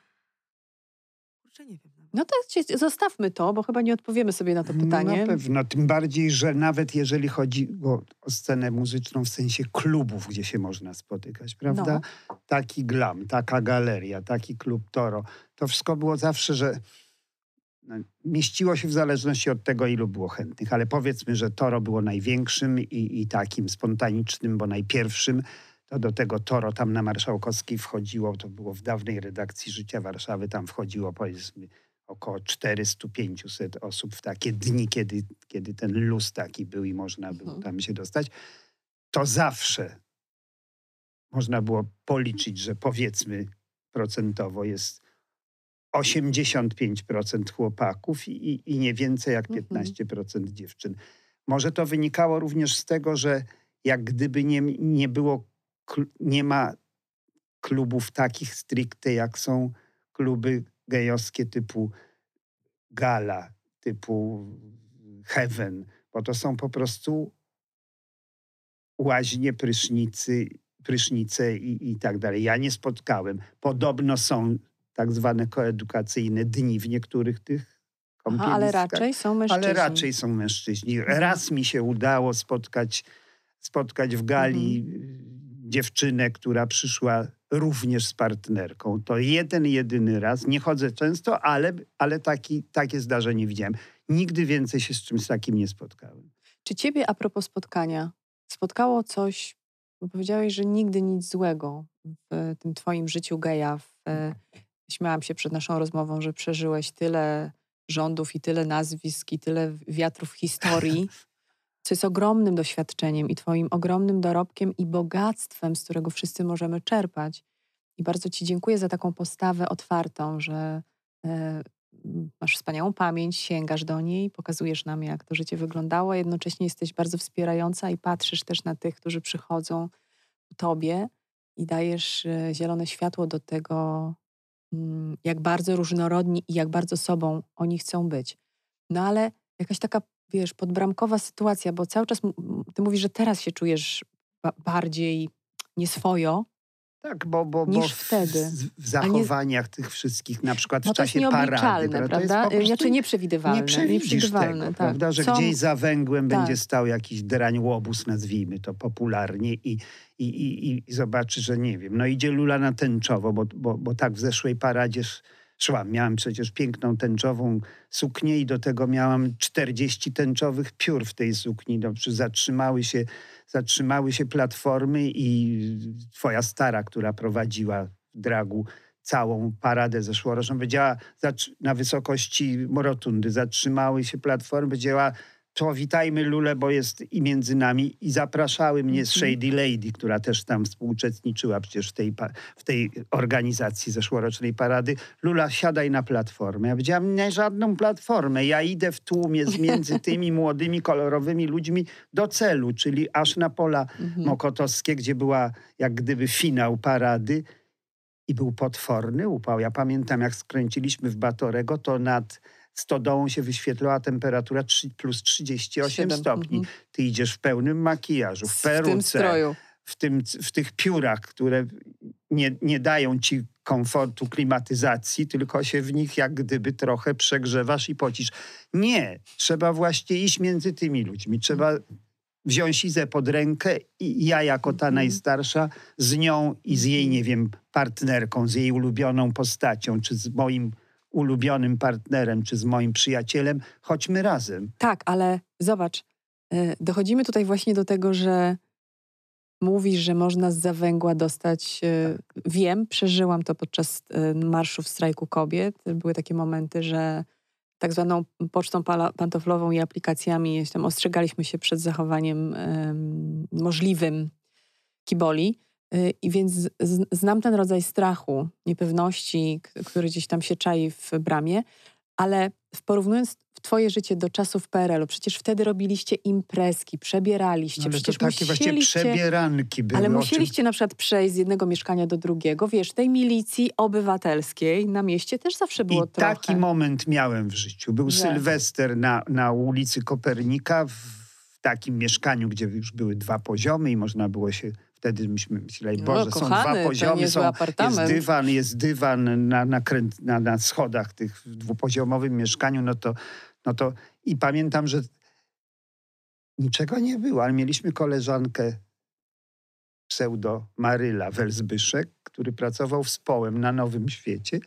kurczę, nie wiem nawet. No to cię- zostawmy to, bo chyba nie odpowiemy sobie na to pytanie. Na pewno, tym bardziej, że nawet jeżeli chodzi o, o scenę muzyczną w sensie klubów, gdzie się można spotykać, prawda? Taki glam, taka galeria, taki klub Toro. To wszystko było zawsze, że no, mieściło się w zależności od tego, ilu było chętnych. Ale powiedzmy, że Toro było największym i, i takim spontanicznym, bo najpierwszym. To do tego Toro tam na Marszałkowskiej wchodziło, to było w dawnej redakcji Życia Warszawy, tam wchodziło powiedzmy około czterysta pięćset osób w takie dni, kiedy, kiedy ten luz taki był i można było Mhm. tam się dostać. To zawsze można było policzyć, że powiedzmy procentowo jest osiemdziesiąt pięć procent chłopaków i, i nie więcej jak Mhm. piętnaście procent dziewczyn. Może to wynikało również z tego, że jak gdyby nie, nie było, kl- nie ma klubów takich stricte, jak są kluby gejowskie typu Gala, typu Heaven, bo to są po prostu łaźnie, prysznicy, prysznice i, i tak dalej. Ja nie spotkałem. Podobno są tak zwane koedukacyjne dni w niektórych tych kąpieliskach. Aha, ale raczej są mężczyźni. Ale raczej są mężczyźni. Raz mi się udało spotkać, spotkać w Gali mhm. dziewczynę, która przyszła również z partnerką. To jeden, jedyny raz. Nie chodzę często, ale, ale taki, takie zdarzenie widziałem. Nigdy więcej się z czymś takim nie spotkałem. Czy ciebie a propos spotkania spotkało coś, bo powiedziałeś, że nigdy nic złego w tym twoim życiu geja. W, śmiałam się przed naszą rozmową, że przeżyłeś tyle rządów i tyle nazwisk i tyle wiatrów historii, co jest ogromnym doświadczeniem i twoim ogromnym dorobkiem i bogactwem, z którego wszyscy możemy czerpać. I bardzo ci dziękuję za taką postawę otwartą, że e, masz wspaniałą pamięć, sięgasz do niej, pokazujesz nam, jak to życie wyglądało, a jednocześnie jesteś bardzo wspierająca i patrzysz też na tych, którzy przychodzą ku tobie i dajesz e, zielone światło do tego, mm, jak bardzo różnorodni i jak bardzo sobą oni chcą być. No ale jakaś taka, wiesz, podbramkowa sytuacja, bo cały czas ty mówisz, że teraz się czujesz ba- bardziej nieswojo, tak, bo, bo, niż bo w, wtedy. w zachowaniach nie, tych wszystkich, na przykład no w czasie parady. Prawda? To jest po prostu znaczy nieprzewidywalne. Nie przewidzisz nieprzewidywalne, tego, tak. prawda? Że Co... gdzieś za węgłem tak. będzie stał jakiś drań łobuz, nazwijmy to popularnie i, i, i, i zobaczy, że nie wiem. No idzie lula na tęczowo, bo, bo, bo tak w zeszłej paradzie szłam. Miałam przecież piękną tęczową suknię i do tego miałam czterdzieści tęczowych piór w tej sukni. Dobrze, zatrzymały się, zatrzymały się platformy i twoja stara, która prowadziła w dragu całą paradę zeszłoroczną, powiedziała na wysokości rotundy, zatrzymały się platformy, powiedziała: powitajmy Lulę, bo jest i między nami, i zapraszały mnie z Shady Lady, która też tam współuczestniczyła przecież w tej, w tej organizacji zeszłorocznej parady. Lula, siadaj na platformę. Ja powiedziałam: nie, żadną platformę. Ja idę w tłumie między tymi młodymi, kolorowymi ludźmi do celu, czyli aż na pola mhm. mokotowskie, gdzie była jak gdyby finał parady i był potworny upał. Ja pamiętam, jak skręciliśmy w Batorego, to nad stodołą się wyświetlała temperatura plus trzydzieści osiem siedem stopni. Mm-hmm. Ty idziesz w pełnym makijażu, w peruce, w tym stroju. W, tym, w tych piórach, które nie, nie dają ci komfortu, klimatyzacji, tylko się w nich jak gdyby trochę przegrzewasz i pocisz. Nie, trzeba właśnie iść między tymi ludźmi. Trzeba wziąć Izę pod rękę i ja jako ta mm-hmm. najstarsza z nią i z jej, nie wiem, partnerką, z jej ulubioną postacią, czy z moim ulubionym partnerem, czy z moim przyjacielem, chodźmy razem. Tak, ale zobacz, dochodzimy tutaj właśnie do tego, że mówisz, że można z zawęgła dostać, tak. Wiem, przeżyłam to podczas marszów strajku kobiet. Były takie momenty, że tak zwaną pocztą pantoflową i aplikacjami tam ostrzegaliśmy się przed zachowaniem um, możliwym kiboli. I więc z, znam ten rodzaj strachu, niepewności, k- który gdzieś tam się czai w bramie, ale porównując twoje życie do czasów P R L u, przecież wtedy robiliście imprezki, przebieraliście. Ale przecież to takie właśnie przebieranki były. Ale musieliście czym... na przykład przejść z jednego mieszkania do drugiego. Wiesz, tej milicji obywatelskiej na mieście też zawsze było I trochę. taki moment miałem w życiu. Był że... Sylwester na, na ulicy Kopernika w, w takim mieszkaniu, gdzie już były dwa poziomy i można było się... Wtedy myśmy myśleli, Boże, no, kochany, są dwa poziomy, są, jest dywan, jest dywan na, na, kręt, na, na schodach tych w dwupoziomowym mieszkaniu, no to, no to i pamiętam, że niczego nie było, ale mieliśmy koleżankę pseudo Maryla Welzbyszek, który pracował w Społem na Nowym Świecie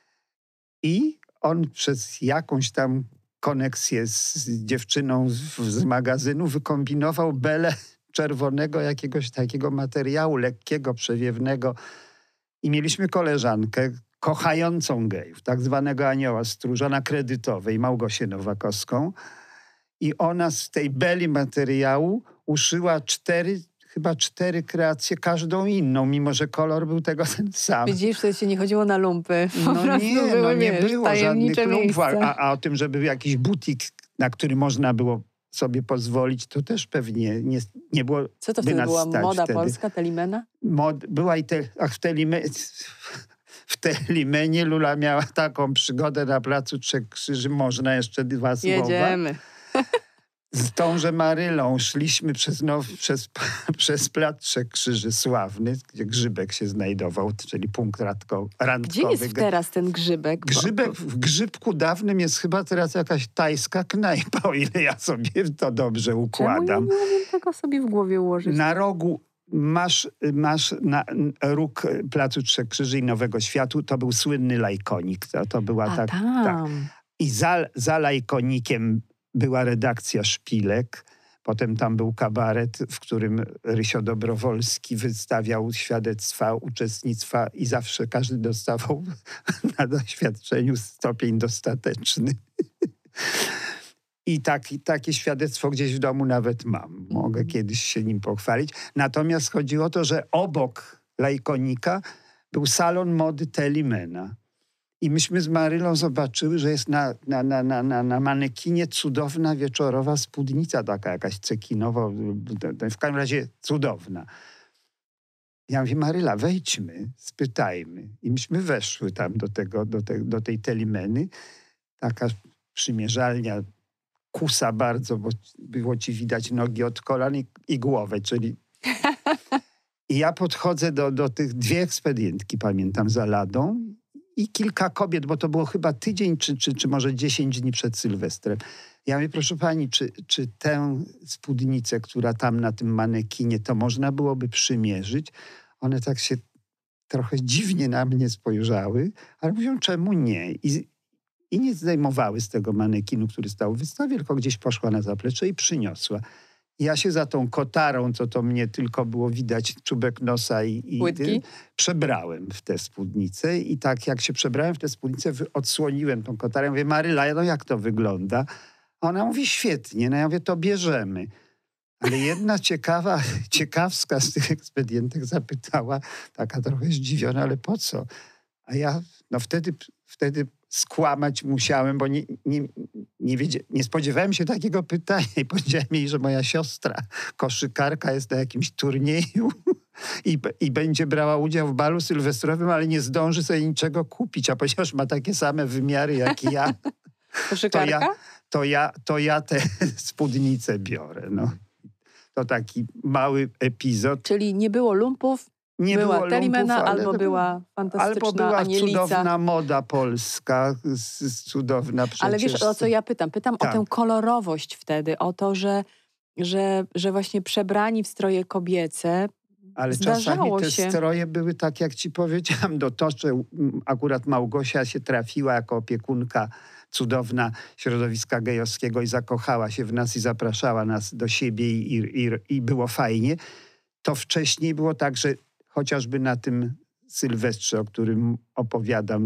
i on przez jakąś tam koneksję z dziewczyną z, z magazynu wykombinował belę czerwonego jakiegoś takiego materiału lekkiego, przewiewnego. I mieliśmy koleżankę kochającą gejów, tak zwanego anioła stróża na Kredytowej, Małgosię Nowakowską. I ona z tej beli materiału uszyła cztery, chyba cztery kreacje, każdą inną, mimo że kolor był tego ten sam. Widzisz, że się nie chodziło na lumpy. Po no nie, były, no nie wiesz, było żadnych lumpów. A, miejsca. a o tym, żeby był jakiś butik, na który można było sobie pozwolić, to też pewnie nie, nie było. Co to by wtedy nas była stać moda wtedy. polska, Telimena? Mod, była i te, ach, w, telime, w Telimenie Lula miała taką przygodę na Placu Trzech Krzyży, można jeszcze dwa słowa. Jedziemy. Z tąże Marylą szliśmy przez, no, przez, przez Plac Trzech Krzyży sławny, gdzie Grzybek się znajdował, czyli punkt randko, randkowy. Gdzie jest teraz ten Grzybek? Grzybek, w Grzybku dawnym jest chyba teraz jakaś tajska knajpa, o ile ja sobie to dobrze układam. Czemu ja nie umiem tego sobie w głowie ułożyć? Na rogu masz, masz na róg Placu Trzech Krzyży i Nowego Światu, to był słynny Lajkonik. To, to była A tak, tam. tak. I za, za Lajkonikiem była redakcja Szpilek. Potem tam był kabaret, w którym Rysio Dobrowolski wystawiał świadectwa uczestnictwa i zawsze każdy dostawał na doświadczeniu stopień dostateczny. I tak, takie świadectwo gdzieś w domu nawet mam. Mogę mm. kiedyś się nim pochwalić. Natomiast chodzi o to, że obok Lajkonika był salon mody Telimena. I myśmy z Marylą zobaczyły, że jest na, na, na, na, na, na manekinie cudowna wieczorowa spódnica, taka jakaś cekinowa, w każdym razie cudowna. Ja mówię, Maryla, wejdźmy, spytajmy. I myśmy weszły tam do, tego, do, te, do tej Telimeny. Taka przymierzalnia, kusa bardzo, bo było ci widać nogi od kolan i, i głowę, czyli... I ja podchodzę do, do tych dwie ekspedientki, pamiętam, za ladą i kilka kobiet, bo to było chyba tydzień, czy, czy, czy może dziesięć dni przed Sylwestrem. Ja mówię, proszę pani, czy, czy tę spódnicę, która tam na tym manekinie, to można byłoby przymierzyć? One tak się trochę dziwnie na mnie spojrzały, ale mówią, czemu nie? I, i nie zdejmowały z tego manekinu, który stał w wystawie, tylko gdzieś poszła na zaplecze i przyniosła. Ja się za tą kotarą, co to mnie tylko było widać, czubek nosa i, i Płytki? przebrałem w tę spódnicę i tak jak się przebrałem w tę spódnicę, odsłoniłem tą kotarę. Mówię, Maryla, no jak to wygląda? A ona mówi, świetnie. No ja mówię, to bierzemy. Ale jedna ciekawa, ciekawska z tych ekspedientek zapytała, taka trochę zdziwiona, ale po co? A ja, no wtedy, wtedy skłamać musiałem, bo nie, nie, nie, wiedzia, nie spodziewałem się takiego pytania i powiedziałem jej, że moja siostra, koszykarka, jest na jakimś turnieju i, i będzie brała udział w balu sylwestrowym, ale nie zdąży sobie niczego kupić, a ponieważ ma takie same wymiary jak ja, Koszykarka? to ja, to ja, to ja te spódnice biorę. No. To taki mały epizod. Czyli nie było lumpów, Nie była było Telimena, lumpów, ale albo to była fantastyczna Albo była Anielica. cudowna moda polska, z, z cudowna przecież. Ale wiesz, o co ja pytam? Pytam Tak. o tę kolorowość wtedy, o to, że, że, że właśnie przebrani w stroje kobiece Ale czasami zdarzało te się. stroje były tak, jak ci powiedziałam, do to, że akurat Małgosia się trafiła jako opiekunka cudowna środowiska gejowskiego i zakochała się w nas i zapraszała nas do siebie i, i, i było fajnie. To wcześniej było tak, że chociażby na tym Sylwestrze, o którym opowiadam,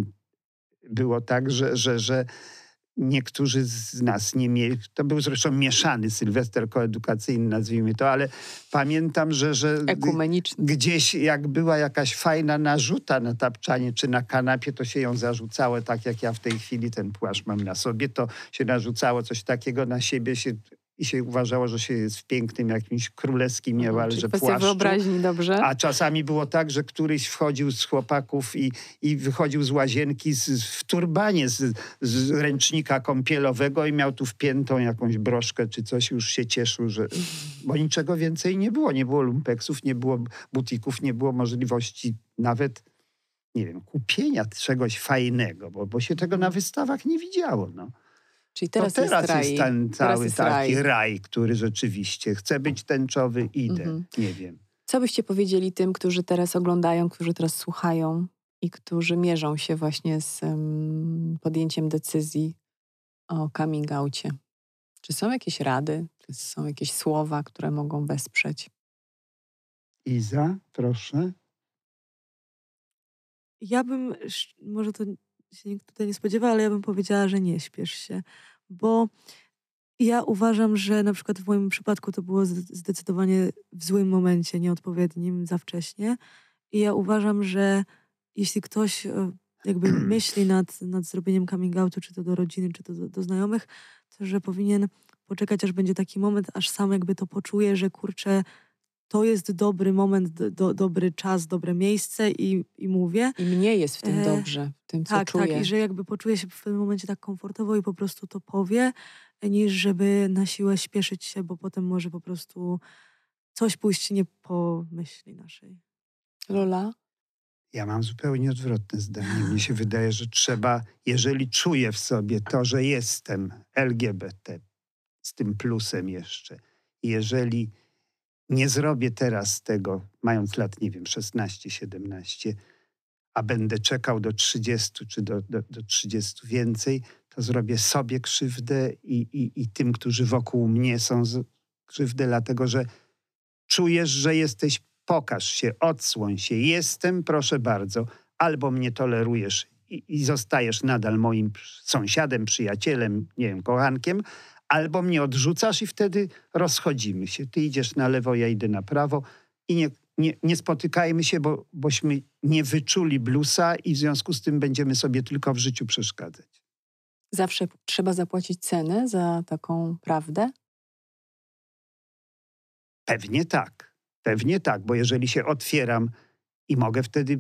było tak, że, że, że niektórzy z nas nie mieli, to był zresztą mieszany Sylwester koedukacyjny, nazwijmy to, ale pamiętam, że, że Ekumeniczny. gdzieś jak była jakaś fajna narzuta na tapczanie czy na kanapie, to się ją zarzucało, tak jak ja w tej chwili ten płaszcz mam na sobie, to się narzucało coś takiego na siebie się, i się uważało, że się jest w pięknym jakimś królewskim niemalże Kwestia płaszczu. wyobraźni, dobrze? A czasami było tak, że któryś wchodził z chłopaków i, i wychodził z łazienki z, w turbanie z, z ręcznika kąpielowego i miał tu wpiętą jakąś broszkę czy coś, już się cieszył, że... Bo niczego więcej nie było. Nie było lumpeksów, nie było butików, nie było możliwości nawet, nie wiem, kupienia czegoś fajnego, bo, bo się tego na wystawach nie widziało, no. Czyli teraz, to teraz jest raj. jest ten Teraz cały jest taki raj. raj, który rzeczywiście chce być tęczowy, idę. Mhm. Nie wiem. Co byście powiedzieli tym, którzy teraz oglądają, którzy teraz słuchają i którzy mierzą się właśnie z um, podjęciem decyzji o coming outie? Czy są jakieś rady? Czy są jakieś słowa, które mogą wesprzeć? Iza, proszę. Ja bym, sz- może to się nikt tutaj nie spodziewa, ale ja bym powiedziała, że nie śpiesz się, bo ja uważam, że na przykład w moim przypadku to było zde- zdecydowanie w złym momencie, nieodpowiednim, za wcześnie. I ja uważam, że jeśli ktoś e, jakby myśli nad, nad zrobieniem coming outu, czy to do rodziny, czy to do, do znajomych, to że powinien poczekać, aż będzie taki moment, aż sam jakby to poczuję, że kurczę, to jest dobry moment, do, dobry czas, dobre miejsce i, i mówię. I mnie jest w tym E, dobrze, w tym, co Tak, czuję. tak. I że jakby poczuję się w pewnym momencie tak komfortowo i po prostu to powie, niż żeby na siłę śpieszyć się, bo potem może po prostu coś pójść nie po myśli naszej. Lola? Ja mam zupełnie odwrotne zdanie. Mnie się wydaje, że trzeba, jeżeli czuję w sobie to, że jestem L G B T, z tym plusem jeszcze, jeżeli nie zrobię teraz tego, mając lat, nie wiem, szesnaście, siedemnaście, a będę czekał do trzydziestu czy do, do, do trzydziestu więcej, to zrobię sobie krzywdę i, i, i tym, którzy wokół mnie są z, krzywdę, dlatego że czujesz, że jesteś, pokaż się, odsłoń się, jestem, proszę bardzo, albo mnie tolerujesz i, i zostajesz nadal moim sąsiadem, przyjacielem, nie wiem, kochankiem, albo mnie odrzucasz i wtedy rozchodzimy się. Ty idziesz na lewo, ja idę na prawo i nie, nie, nie spotykajmy się, bo, bośmy nie wyczuli bluesa i w związku z tym będziemy sobie tylko w życiu przeszkadzać. Zawsze trzeba zapłacić cenę za taką prawdę? Pewnie tak. Pewnie tak, bo jeżeli się otwieram i mogę wtedy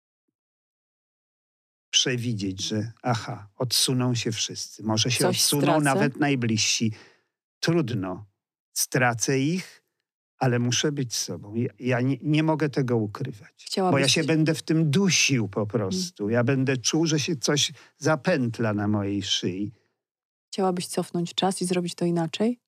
przewidzieć, że aha, odsuną się wszyscy. Może się Coś odsuną stracę? nawet najbliżsi. Trudno. Stracę ich, ale muszę być sobą. Ja, ja nie, nie mogę tego ukrywać. Chciałabyś... Bo ja się będę w tym dusił po prostu. Ja będę czuł, że się coś zapętla na mojej szyi. Chciałabyś cofnąć czas i zrobić to inaczej?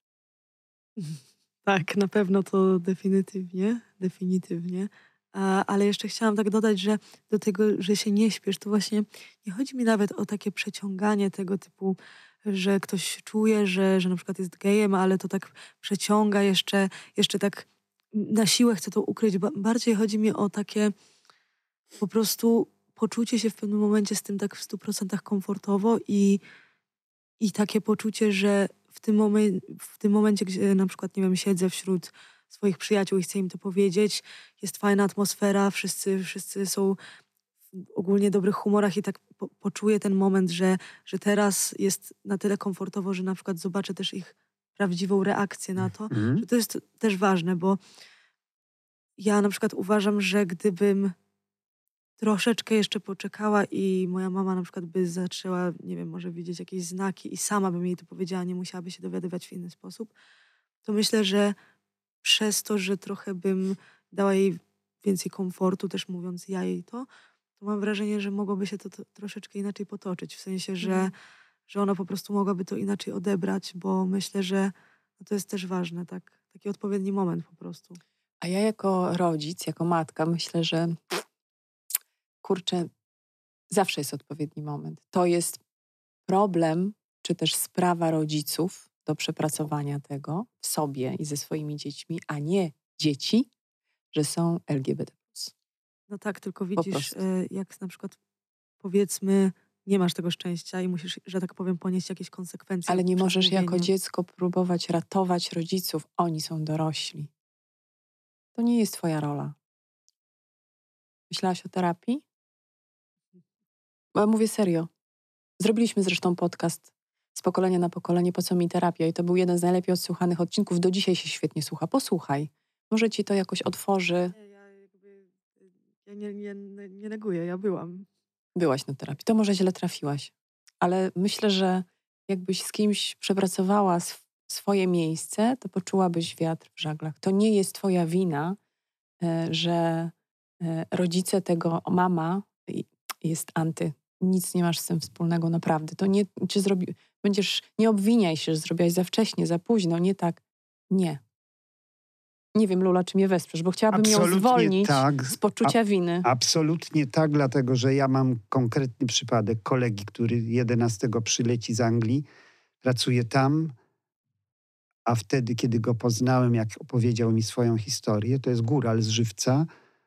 Tak, na pewno to definitywnie, definitywnie. A, ale jeszcze chciałam tak dodać, że do tego, że się nie śpiesz, to właśnie nie chodzi mi nawet o takie przeciąganie tego typu, że ktoś czuje, że, że na przykład jest gejem, ale to tak przeciąga jeszcze, jeszcze tak na siłę chce to ukryć. Ba- bardziej chodzi mi o takie po prostu poczucie się w pewnym momencie z tym tak w stu procentach komfortowo i, i takie poczucie, że w tym, momen- w tym momencie, gdzie na przykład, nie wiem, siedzę wśród swoich przyjaciół i chcę im to powiedzieć, jest fajna atmosfera, wszyscy, wszyscy są w ogólnie dobrych humorach i tak po, poczuję ten moment, że, że teraz jest na tyle komfortowo, że na przykład zobaczę też ich prawdziwą reakcję na to, Mhm. że to jest też ważne, bo ja na przykład uważam, że gdybym troszeczkę jeszcze poczekała i moja mama na przykład by zaczęła, nie wiem, może widzieć jakieś znaki i sama bym jej to powiedziała, nie musiałaby się dowiadywać w inny sposób, to myślę, że przez to, że trochę bym dała jej więcej komfortu, też mówiąc ja jej to, to mam wrażenie, że mogłoby się to, to troszeczkę inaczej potoczyć. W sensie, że, Mhm. że ona po prostu mogłaby to inaczej odebrać, bo myślę, że no to jest też ważne, tak? Taki odpowiedni moment po prostu. A ja jako rodzic, jako matka myślę, że kurczę, zawsze jest odpowiedni moment. To jest problem, czy też sprawa rodziców do przepracowania tego w sobie i ze swoimi dziećmi, a nie dzieci, że są L G B T plus. No tak, tylko Po widzisz, prostu. e, jak na przykład powiedzmy nie masz tego szczęścia i musisz, że tak powiem, ponieść jakieś konsekwencje. Ale nie przed możesz jako mówieniem. dziecko próbować ratować rodziców. Oni są dorośli. To nie jest twoja rola. Myślałaś o terapii? Bo ja mówię serio. Zrobiliśmy zresztą podcast z pokolenia na pokolenie, po co mi terapia, i to był jeden z najlepiej odsłuchanych odcinków. Do dzisiaj się świetnie słucha. Posłuchaj. Może ci to jakoś otworzy. Nie, ja jakby, ja nie, nie, nie neguję, ja byłam. Byłaś na terapii. To może źle trafiłaś. Ale myślę, że jakbyś z kimś przepracowała sw- swoje miejsce, to poczułabyś wiatr w żaglach. To nie jest twoja wina, e, że e, rodzice tego, mama i- jest anty. Nic nie masz z tym wspólnego, naprawdę. To nie, czy zrobi, będziesz, nie obwiniaj się, że zrobiłaś za wcześnie, za późno, nie tak. Nie. Nie wiem, Lula, czy mnie wesprzesz, bo chciałabym ją Absolutnie zwolnić tak. z poczucia winy. Absolutnie tak, dlatego że ja mam konkretny przypadek kolegi, który jedenastego przyleci z Anglii, pracuje tam, a wtedy, kiedy go poznałem, jak opowiedział mi swoją historię, to jest góral z Żywca,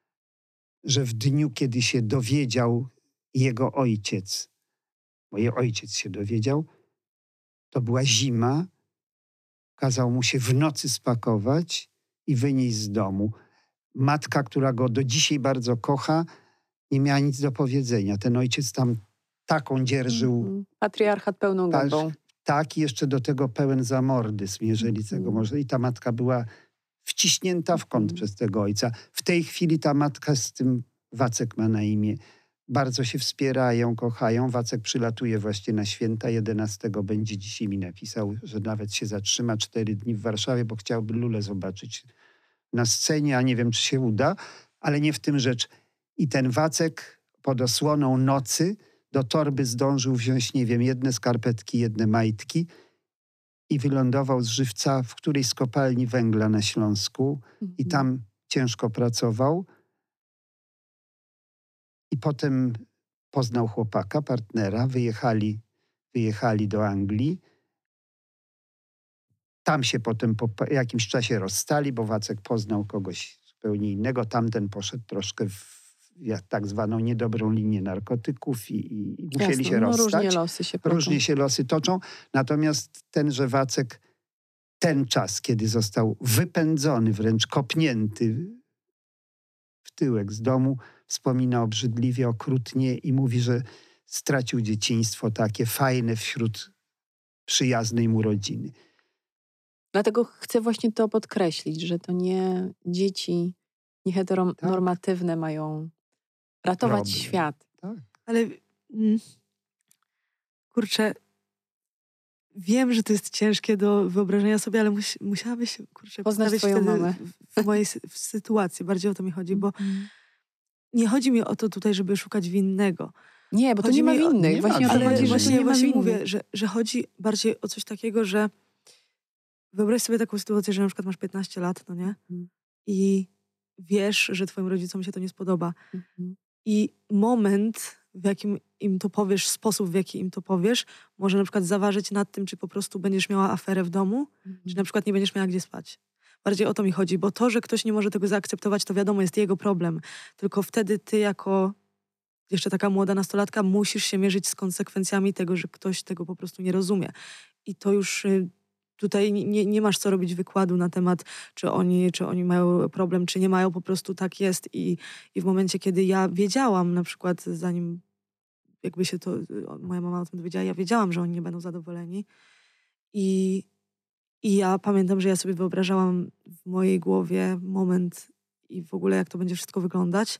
że w dniu, kiedy się dowiedział jego ojciec, mój ojciec się dowiedział, to była zima, kazał mu się w nocy spakować i wynieść z domu. Matka, która go do dzisiaj bardzo kocha, nie miała nic do powiedzenia. Ten ojciec tam taką dzierżył, Mhm. Patriarchat pełną Patrz, gębą. Tak, i jeszcze do tego pełen zamordyzm, jeżeli tego Mhm. można. I ta matka była wciśnięta w kąt Mhm. przez tego ojca. W tej chwili ta matka z tym, Wacek ma na imię, bardzo się wspierają, kochają. Wacek przylatuje właśnie na święta. jedenastego będzie, dzisiaj mi napisał, że nawet się zatrzyma cztery dni w Warszawie, bo chciałby Lulę zobaczyć na scenie, a nie wiem, czy się uda, ale nie w tym rzecz. I ten Wacek pod osłoną nocy do torby zdążył wziąć, nie wiem, jedne skarpetki, jedne majtki i wylądował z żywca w którejś z kopalni węgla na Śląsku i Mhm. tam ciężko pracował. I potem poznał chłopaka, partnera, wyjechali, wyjechali do Anglii. Tam się potem po jakimś czasie rozstali, bo Wacek poznał kogoś zupełnie innego. Tamten poszedł troszkę w tak zwaną niedobrą linię narkotyków i, i musieli Jasne, się no rozstać. różnie losy się toczą. Różnie się losy toczą. Natomiast tenże Wacek, ten czas, kiedy został wypędzony, wręcz kopnięty w tyłek z domu, wspomina obrzydliwie, okrutnie i mówi, że stracił dzieciństwo takie fajne wśród przyjaznej mu rodziny. Dlatego chcę właśnie to podkreślić, że to nie dzieci nieheteronormatywne mają ratować Problem. świat. Tak. Ale mm, kurczę, wiem, że to jest ciężkie do wyobrażenia sobie, ale musi, musiałabyś, kurczę, Poznać postawić swoją wtedy mamę. w, w mojej sy- w sytuacji. Bardziej o to mi chodzi, bo Mhm. nie chodzi mi o to tutaj, żeby szukać winnego. Nie, bo to Chodzi nie ma mi o- winnych. nie ma Właśnie o to winnych. Ale chodzi, że właśnie, tu nie ma właśnie winnych. mówię, że, że chodzi bardziej o coś takiego, że wyobraź sobie taką sytuację, że na przykład masz piętnaście lat, no nie? Mhm. I wiesz, że twoim rodzicom się to nie spodoba. Mhm. I moment, w jakim im to powiesz, sposób, w jaki im to powiesz, może na przykład zaważyć nad tym, czy po prostu będziesz miała aferę w domu, czy na przykład nie będziesz miała gdzie spać. Bardziej o to mi chodzi, bo to, że ktoś nie może tego zaakceptować, to wiadomo, jest jego problem. Tylko wtedy ty jako jeszcze taka młoda nastolatka musisz się mierzyć z konsekwencjami tego, że ktoś tego po prostu nie rozumie. I to już y, tutaj nie, nie masz co robić wykładu na temat, czy oni, czy oni mają problem, czy nie mają, po prostu tak jest. I, i w momencie, kiedy ja wiedziałam, na przykład zanim jakby się to, moja mama o tym dowiedziała, ja wiedziałam, że oni nie będą zadowoleni. I, i ja pamiętam, że ja sobie wyobrażałam w mojej głowie moment i w ogóle jak to będzie wszystko wyglądać.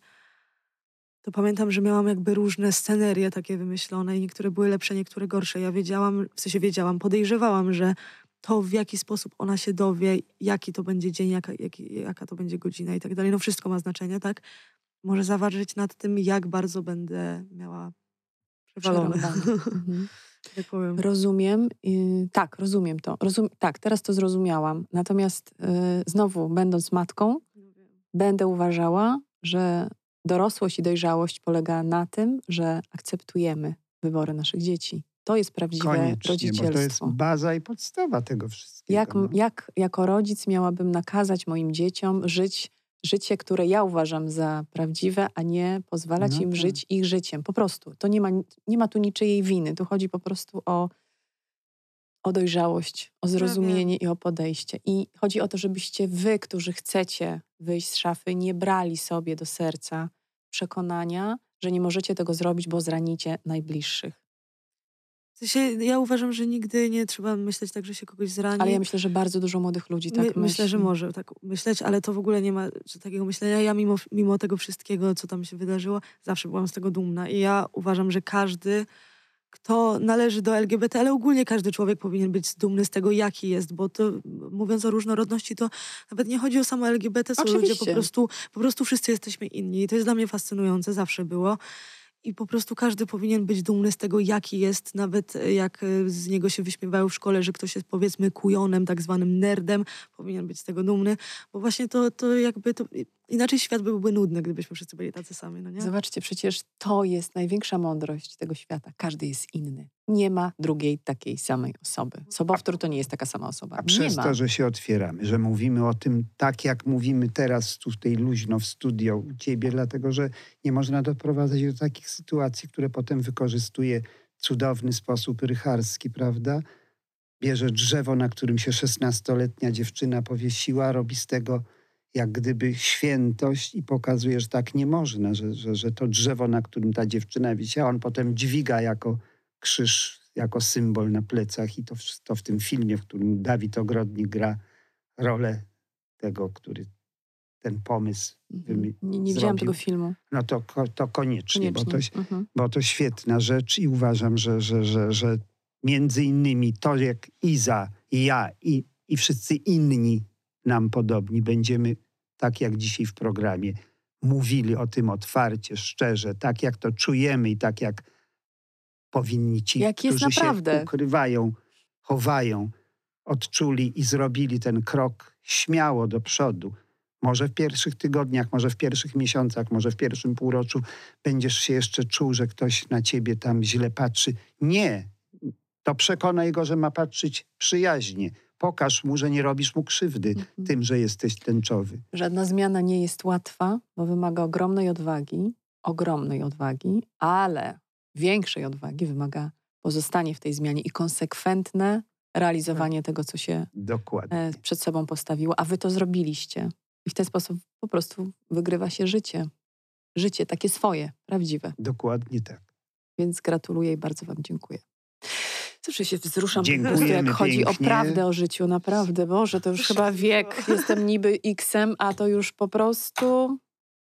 To pamiętam, że miałam jakby różne scenerie takie wymyślone i niektóre były lepsze, niektóre gorsze. Ja wiedziałam, w sensie wiedziałam, podejrzewałam, że to w jaki sposób ona się dowie, jaki to będzie dzień, jaka, jaki, jaka to będzie godzina i tak dalej. No wszystko ma znaczenie, tak? Może zaważyć nad tym, jak bardzo będę miała przewalone. Przerąbane. Mhm. tak powiem. Rozumiem. y, tak, rozumiem to. Rozum, tak, teraz to zrozumiałam. Natomiast y, znowu, będąc matką, będę uważała, że dorosłość i dojrzałość polega na tym, że akceptujemy wybory naszych dzieci. To jest prawdziwe Koniecznie, bo to jest rodzicielstwo. baza i podstawa tego wszystkiego. Jak, no. jak jako rodzic miałabym nakazać moim dzieciom żyć życie, które ja uważam za prawdziwe, a nie pozwalać No im tak. żyć ich życiem. Po prostu. To nie ma, nie ma tu niczyjej winy. Tu chodzi po prostu o, o dojrzałość, o zrozumienie i o podejście. I chodzi o to, żebyście wy, którzy chcecie wyjść z szafy, nie brali sobie do serca przekonania, że nie możecie tego zrobić, bo zranicie najbliższych. W sensie, ja uważam, że nigdy nie trzeba myśleć tak, że się kogoś zrani. Ale ja myślę, że bardzo dużo młodych ludzi tak My, myśli. myślę, że może tak myśleć, ale to w ogóle nie ma że takiego myślenia. Ja mimo, mimo tego wszystkiego, co tam się wydarzyło, zawsze byłam z tego dumna. I ja uważam, że każdy, kto należy do L G B T, ale ogólnie każdy człowiek powinien być dumny z tego, jaki jest, bo to, mówiąc o różnorodności, to nawet nie chodzi o samo L G B T, są ludzie po Oczywiście. prostu, po prostu wszyscy jesteśmy inni. I to jest dla mnie fascynujące, zawsze było. I po prostu każdy powinien być dumny z tego, jaki jest, nawet jak e, z niego się wyśmiewają w szkole, że ktoś jest powiedzmy kujonem, tak zwanym nerdem, powinien być z tego dumny, bo właśnie to, to jakby to, inaczej świat byłby nudny, gdybyśmy wszyscy byli tacy sami, no nie? Zobaczcie, przecież to jest największa mądrość tego świata. Każdy jest inny. Nie ma drugiej takiej samej osoby. Sobowtór to nie jest taka sama osoba. A Nie przez ma. to, że się otwieramy, że mówimy o tym tak, jak mówimy teraz tutaj luźno w studio u ciebie, dlatego że nie można doprowadzać do takich sytuacji, które potem wykorzystuje cudowny sposób rycharski, prawda? Bierze drzewo, na którym się szesnastoletnia dziewczyna powiesiła, robi z tego jak gdyby świętość i pokazuje, że tak nie można, że, że, że to drzewo, na którym ta dziewczyna wisiała, on potem dźwiga jako krzyż jako symbol na plecach i to, w- to w tym filmie, w którym Dawid Ogrodnik gra rolę tego, który ten pomysł wymy- Nie, nie widziałam zrobił. tego filmu. No to, ko- to koniecznie, Koniecznie. Bo, to, Mhm. bo to świetna rzecz i uważam, że, że, że, że między innymi to, jak Iza, i ja i, i wszyscy inni nam podobni będziemy, tak jak dzisiaj w programie, mówili o tym otwarcie, szczerze, tak jak to czujemy i tak jak powinni ci, Jak jest którzy naprawdę. się ukrywają, chowają, odczuli i zrobili ten krok śmiało do przodu. Może w pierwszych tygodniach, może w pierwszych miesiącach, może w pierwszym półroczu będziesz się jeszcze czuł, że ktoś na ciebie tam źle patrzy. Nie. To przekonaj go, że ma patrzeć przyjaźnie. Pokaż mu, że nie robisz mu krzywdy Mhm. tym, że jesteś tęczowy. Żadna zmiana nie jest łatwa, bo wymaga ogromnej odwagi, ogromnej odwagi, ale większej odwagi wymaga pozostanie w tej zmianie i konsekwentne realizowanie tego, co się Dokładnie. e, przed sobą postawiło, a wy to zrobiliście. I w ten sposób po prostu wygrywa się życie. Życie takie swoje, prawdziwe. Dokładnie tak. Więc gratuluję i bardzo wam dziękuję. Zawsze się wzruszam po prostu, Dziękujemy jak chodzi o pięknie. prawdę o życiu. Naprawdę, Boże, to już chyba wiek. Jestem niby X-em, a to już po prostu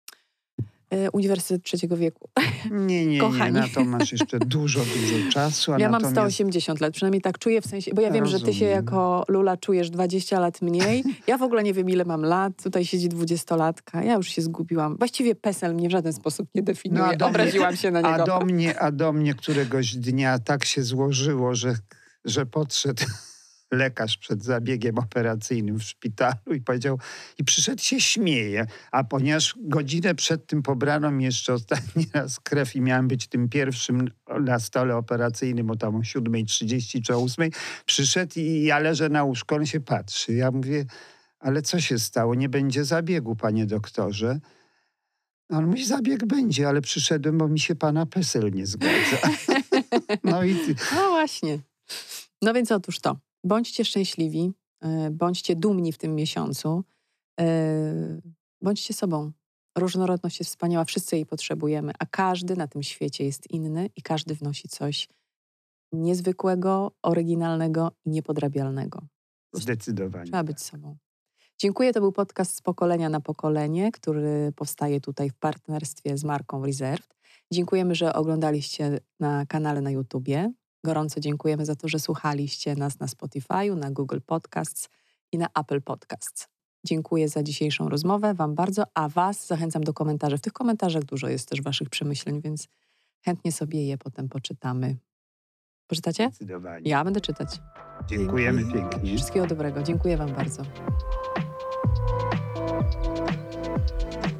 e, Uniwersytet Trzeciego Wieku. Nie, nie, Kochani. nie. Na to masz jeszcze dużo, dużo czasu. A Ja mam natomiast... sto osiemdziesiąt lat, przynajmniej tak czuję w sensie, bo ja wiem, że ty się Rozumiem. jako Lula czujesz dwadzieścia lat mniej. Ja w ogóle nie wiem, ile mam lat. Tutaj siedzi dwudziestolatka. Ja już się zgubiłam. Właściwie PESEL mnie w żaden sposób nie definiuje. No, a do mnie- Obraziłam się na A niego. do mnie, a do mnie któregoś dnia tak się złożyło, że, że podszedł lekarz przed zabiegiem operacyjnym w szpitalu i powiedział, i przyszedł się śmieje, a ponieważ godzinę przed tym pobrano mi jeszcze ostatni raz krew i miałem być tym pierwszym na stole operacyjnym, o tam o siódmej trzydzieści czy o ósmej, przyszedł i ja leżę na łóżku, on się patrzy. Ja mówię, ale co się stało? Nie będzie zabiegu, panie doktorze. A on mówi, zabieg będzie, ale przyszedłem, bo mi się pana PESEL nie zgadza. No i ty, No właśnie. No więc otóż to. Bądźcie szczęśliwi, e, bądźcie dumni w tym miesiącu, e, bądźcie sobą. Różnorodność jest wspaniała, wszyscy jej potrzebujemy, a każdy na tym świecie jest inny i każdy wnosi coś niezwykłego, oryginalnego i niepodrabialnego. zdecydowanie. Trzeba być sobą. Dziękuję. To był podcast z pokolenia na pokolenie, który powstaje tutaj w partnerstwie z marką Reserved. Dziękujemy, że oglądaliście na kanale na YouTubie. Gorąco dziękujemy za to, że słuchaliście nas na Spotify'u, na Google Podcasts i na Apple Podcasts. Dziękuję za dzisiejszą rozmowę wam bardzo, a was zachęcam do komentarzy. W tych komentarzach dużo jest też waszych przemyśleń, więc chętnie sobie je potem poczytamy. Poczytacie? Zdecydowanie. Ja będę czytać. Dziękujemy pięknie. Wszystkiego dobrego. Dziękuję wam bardzo.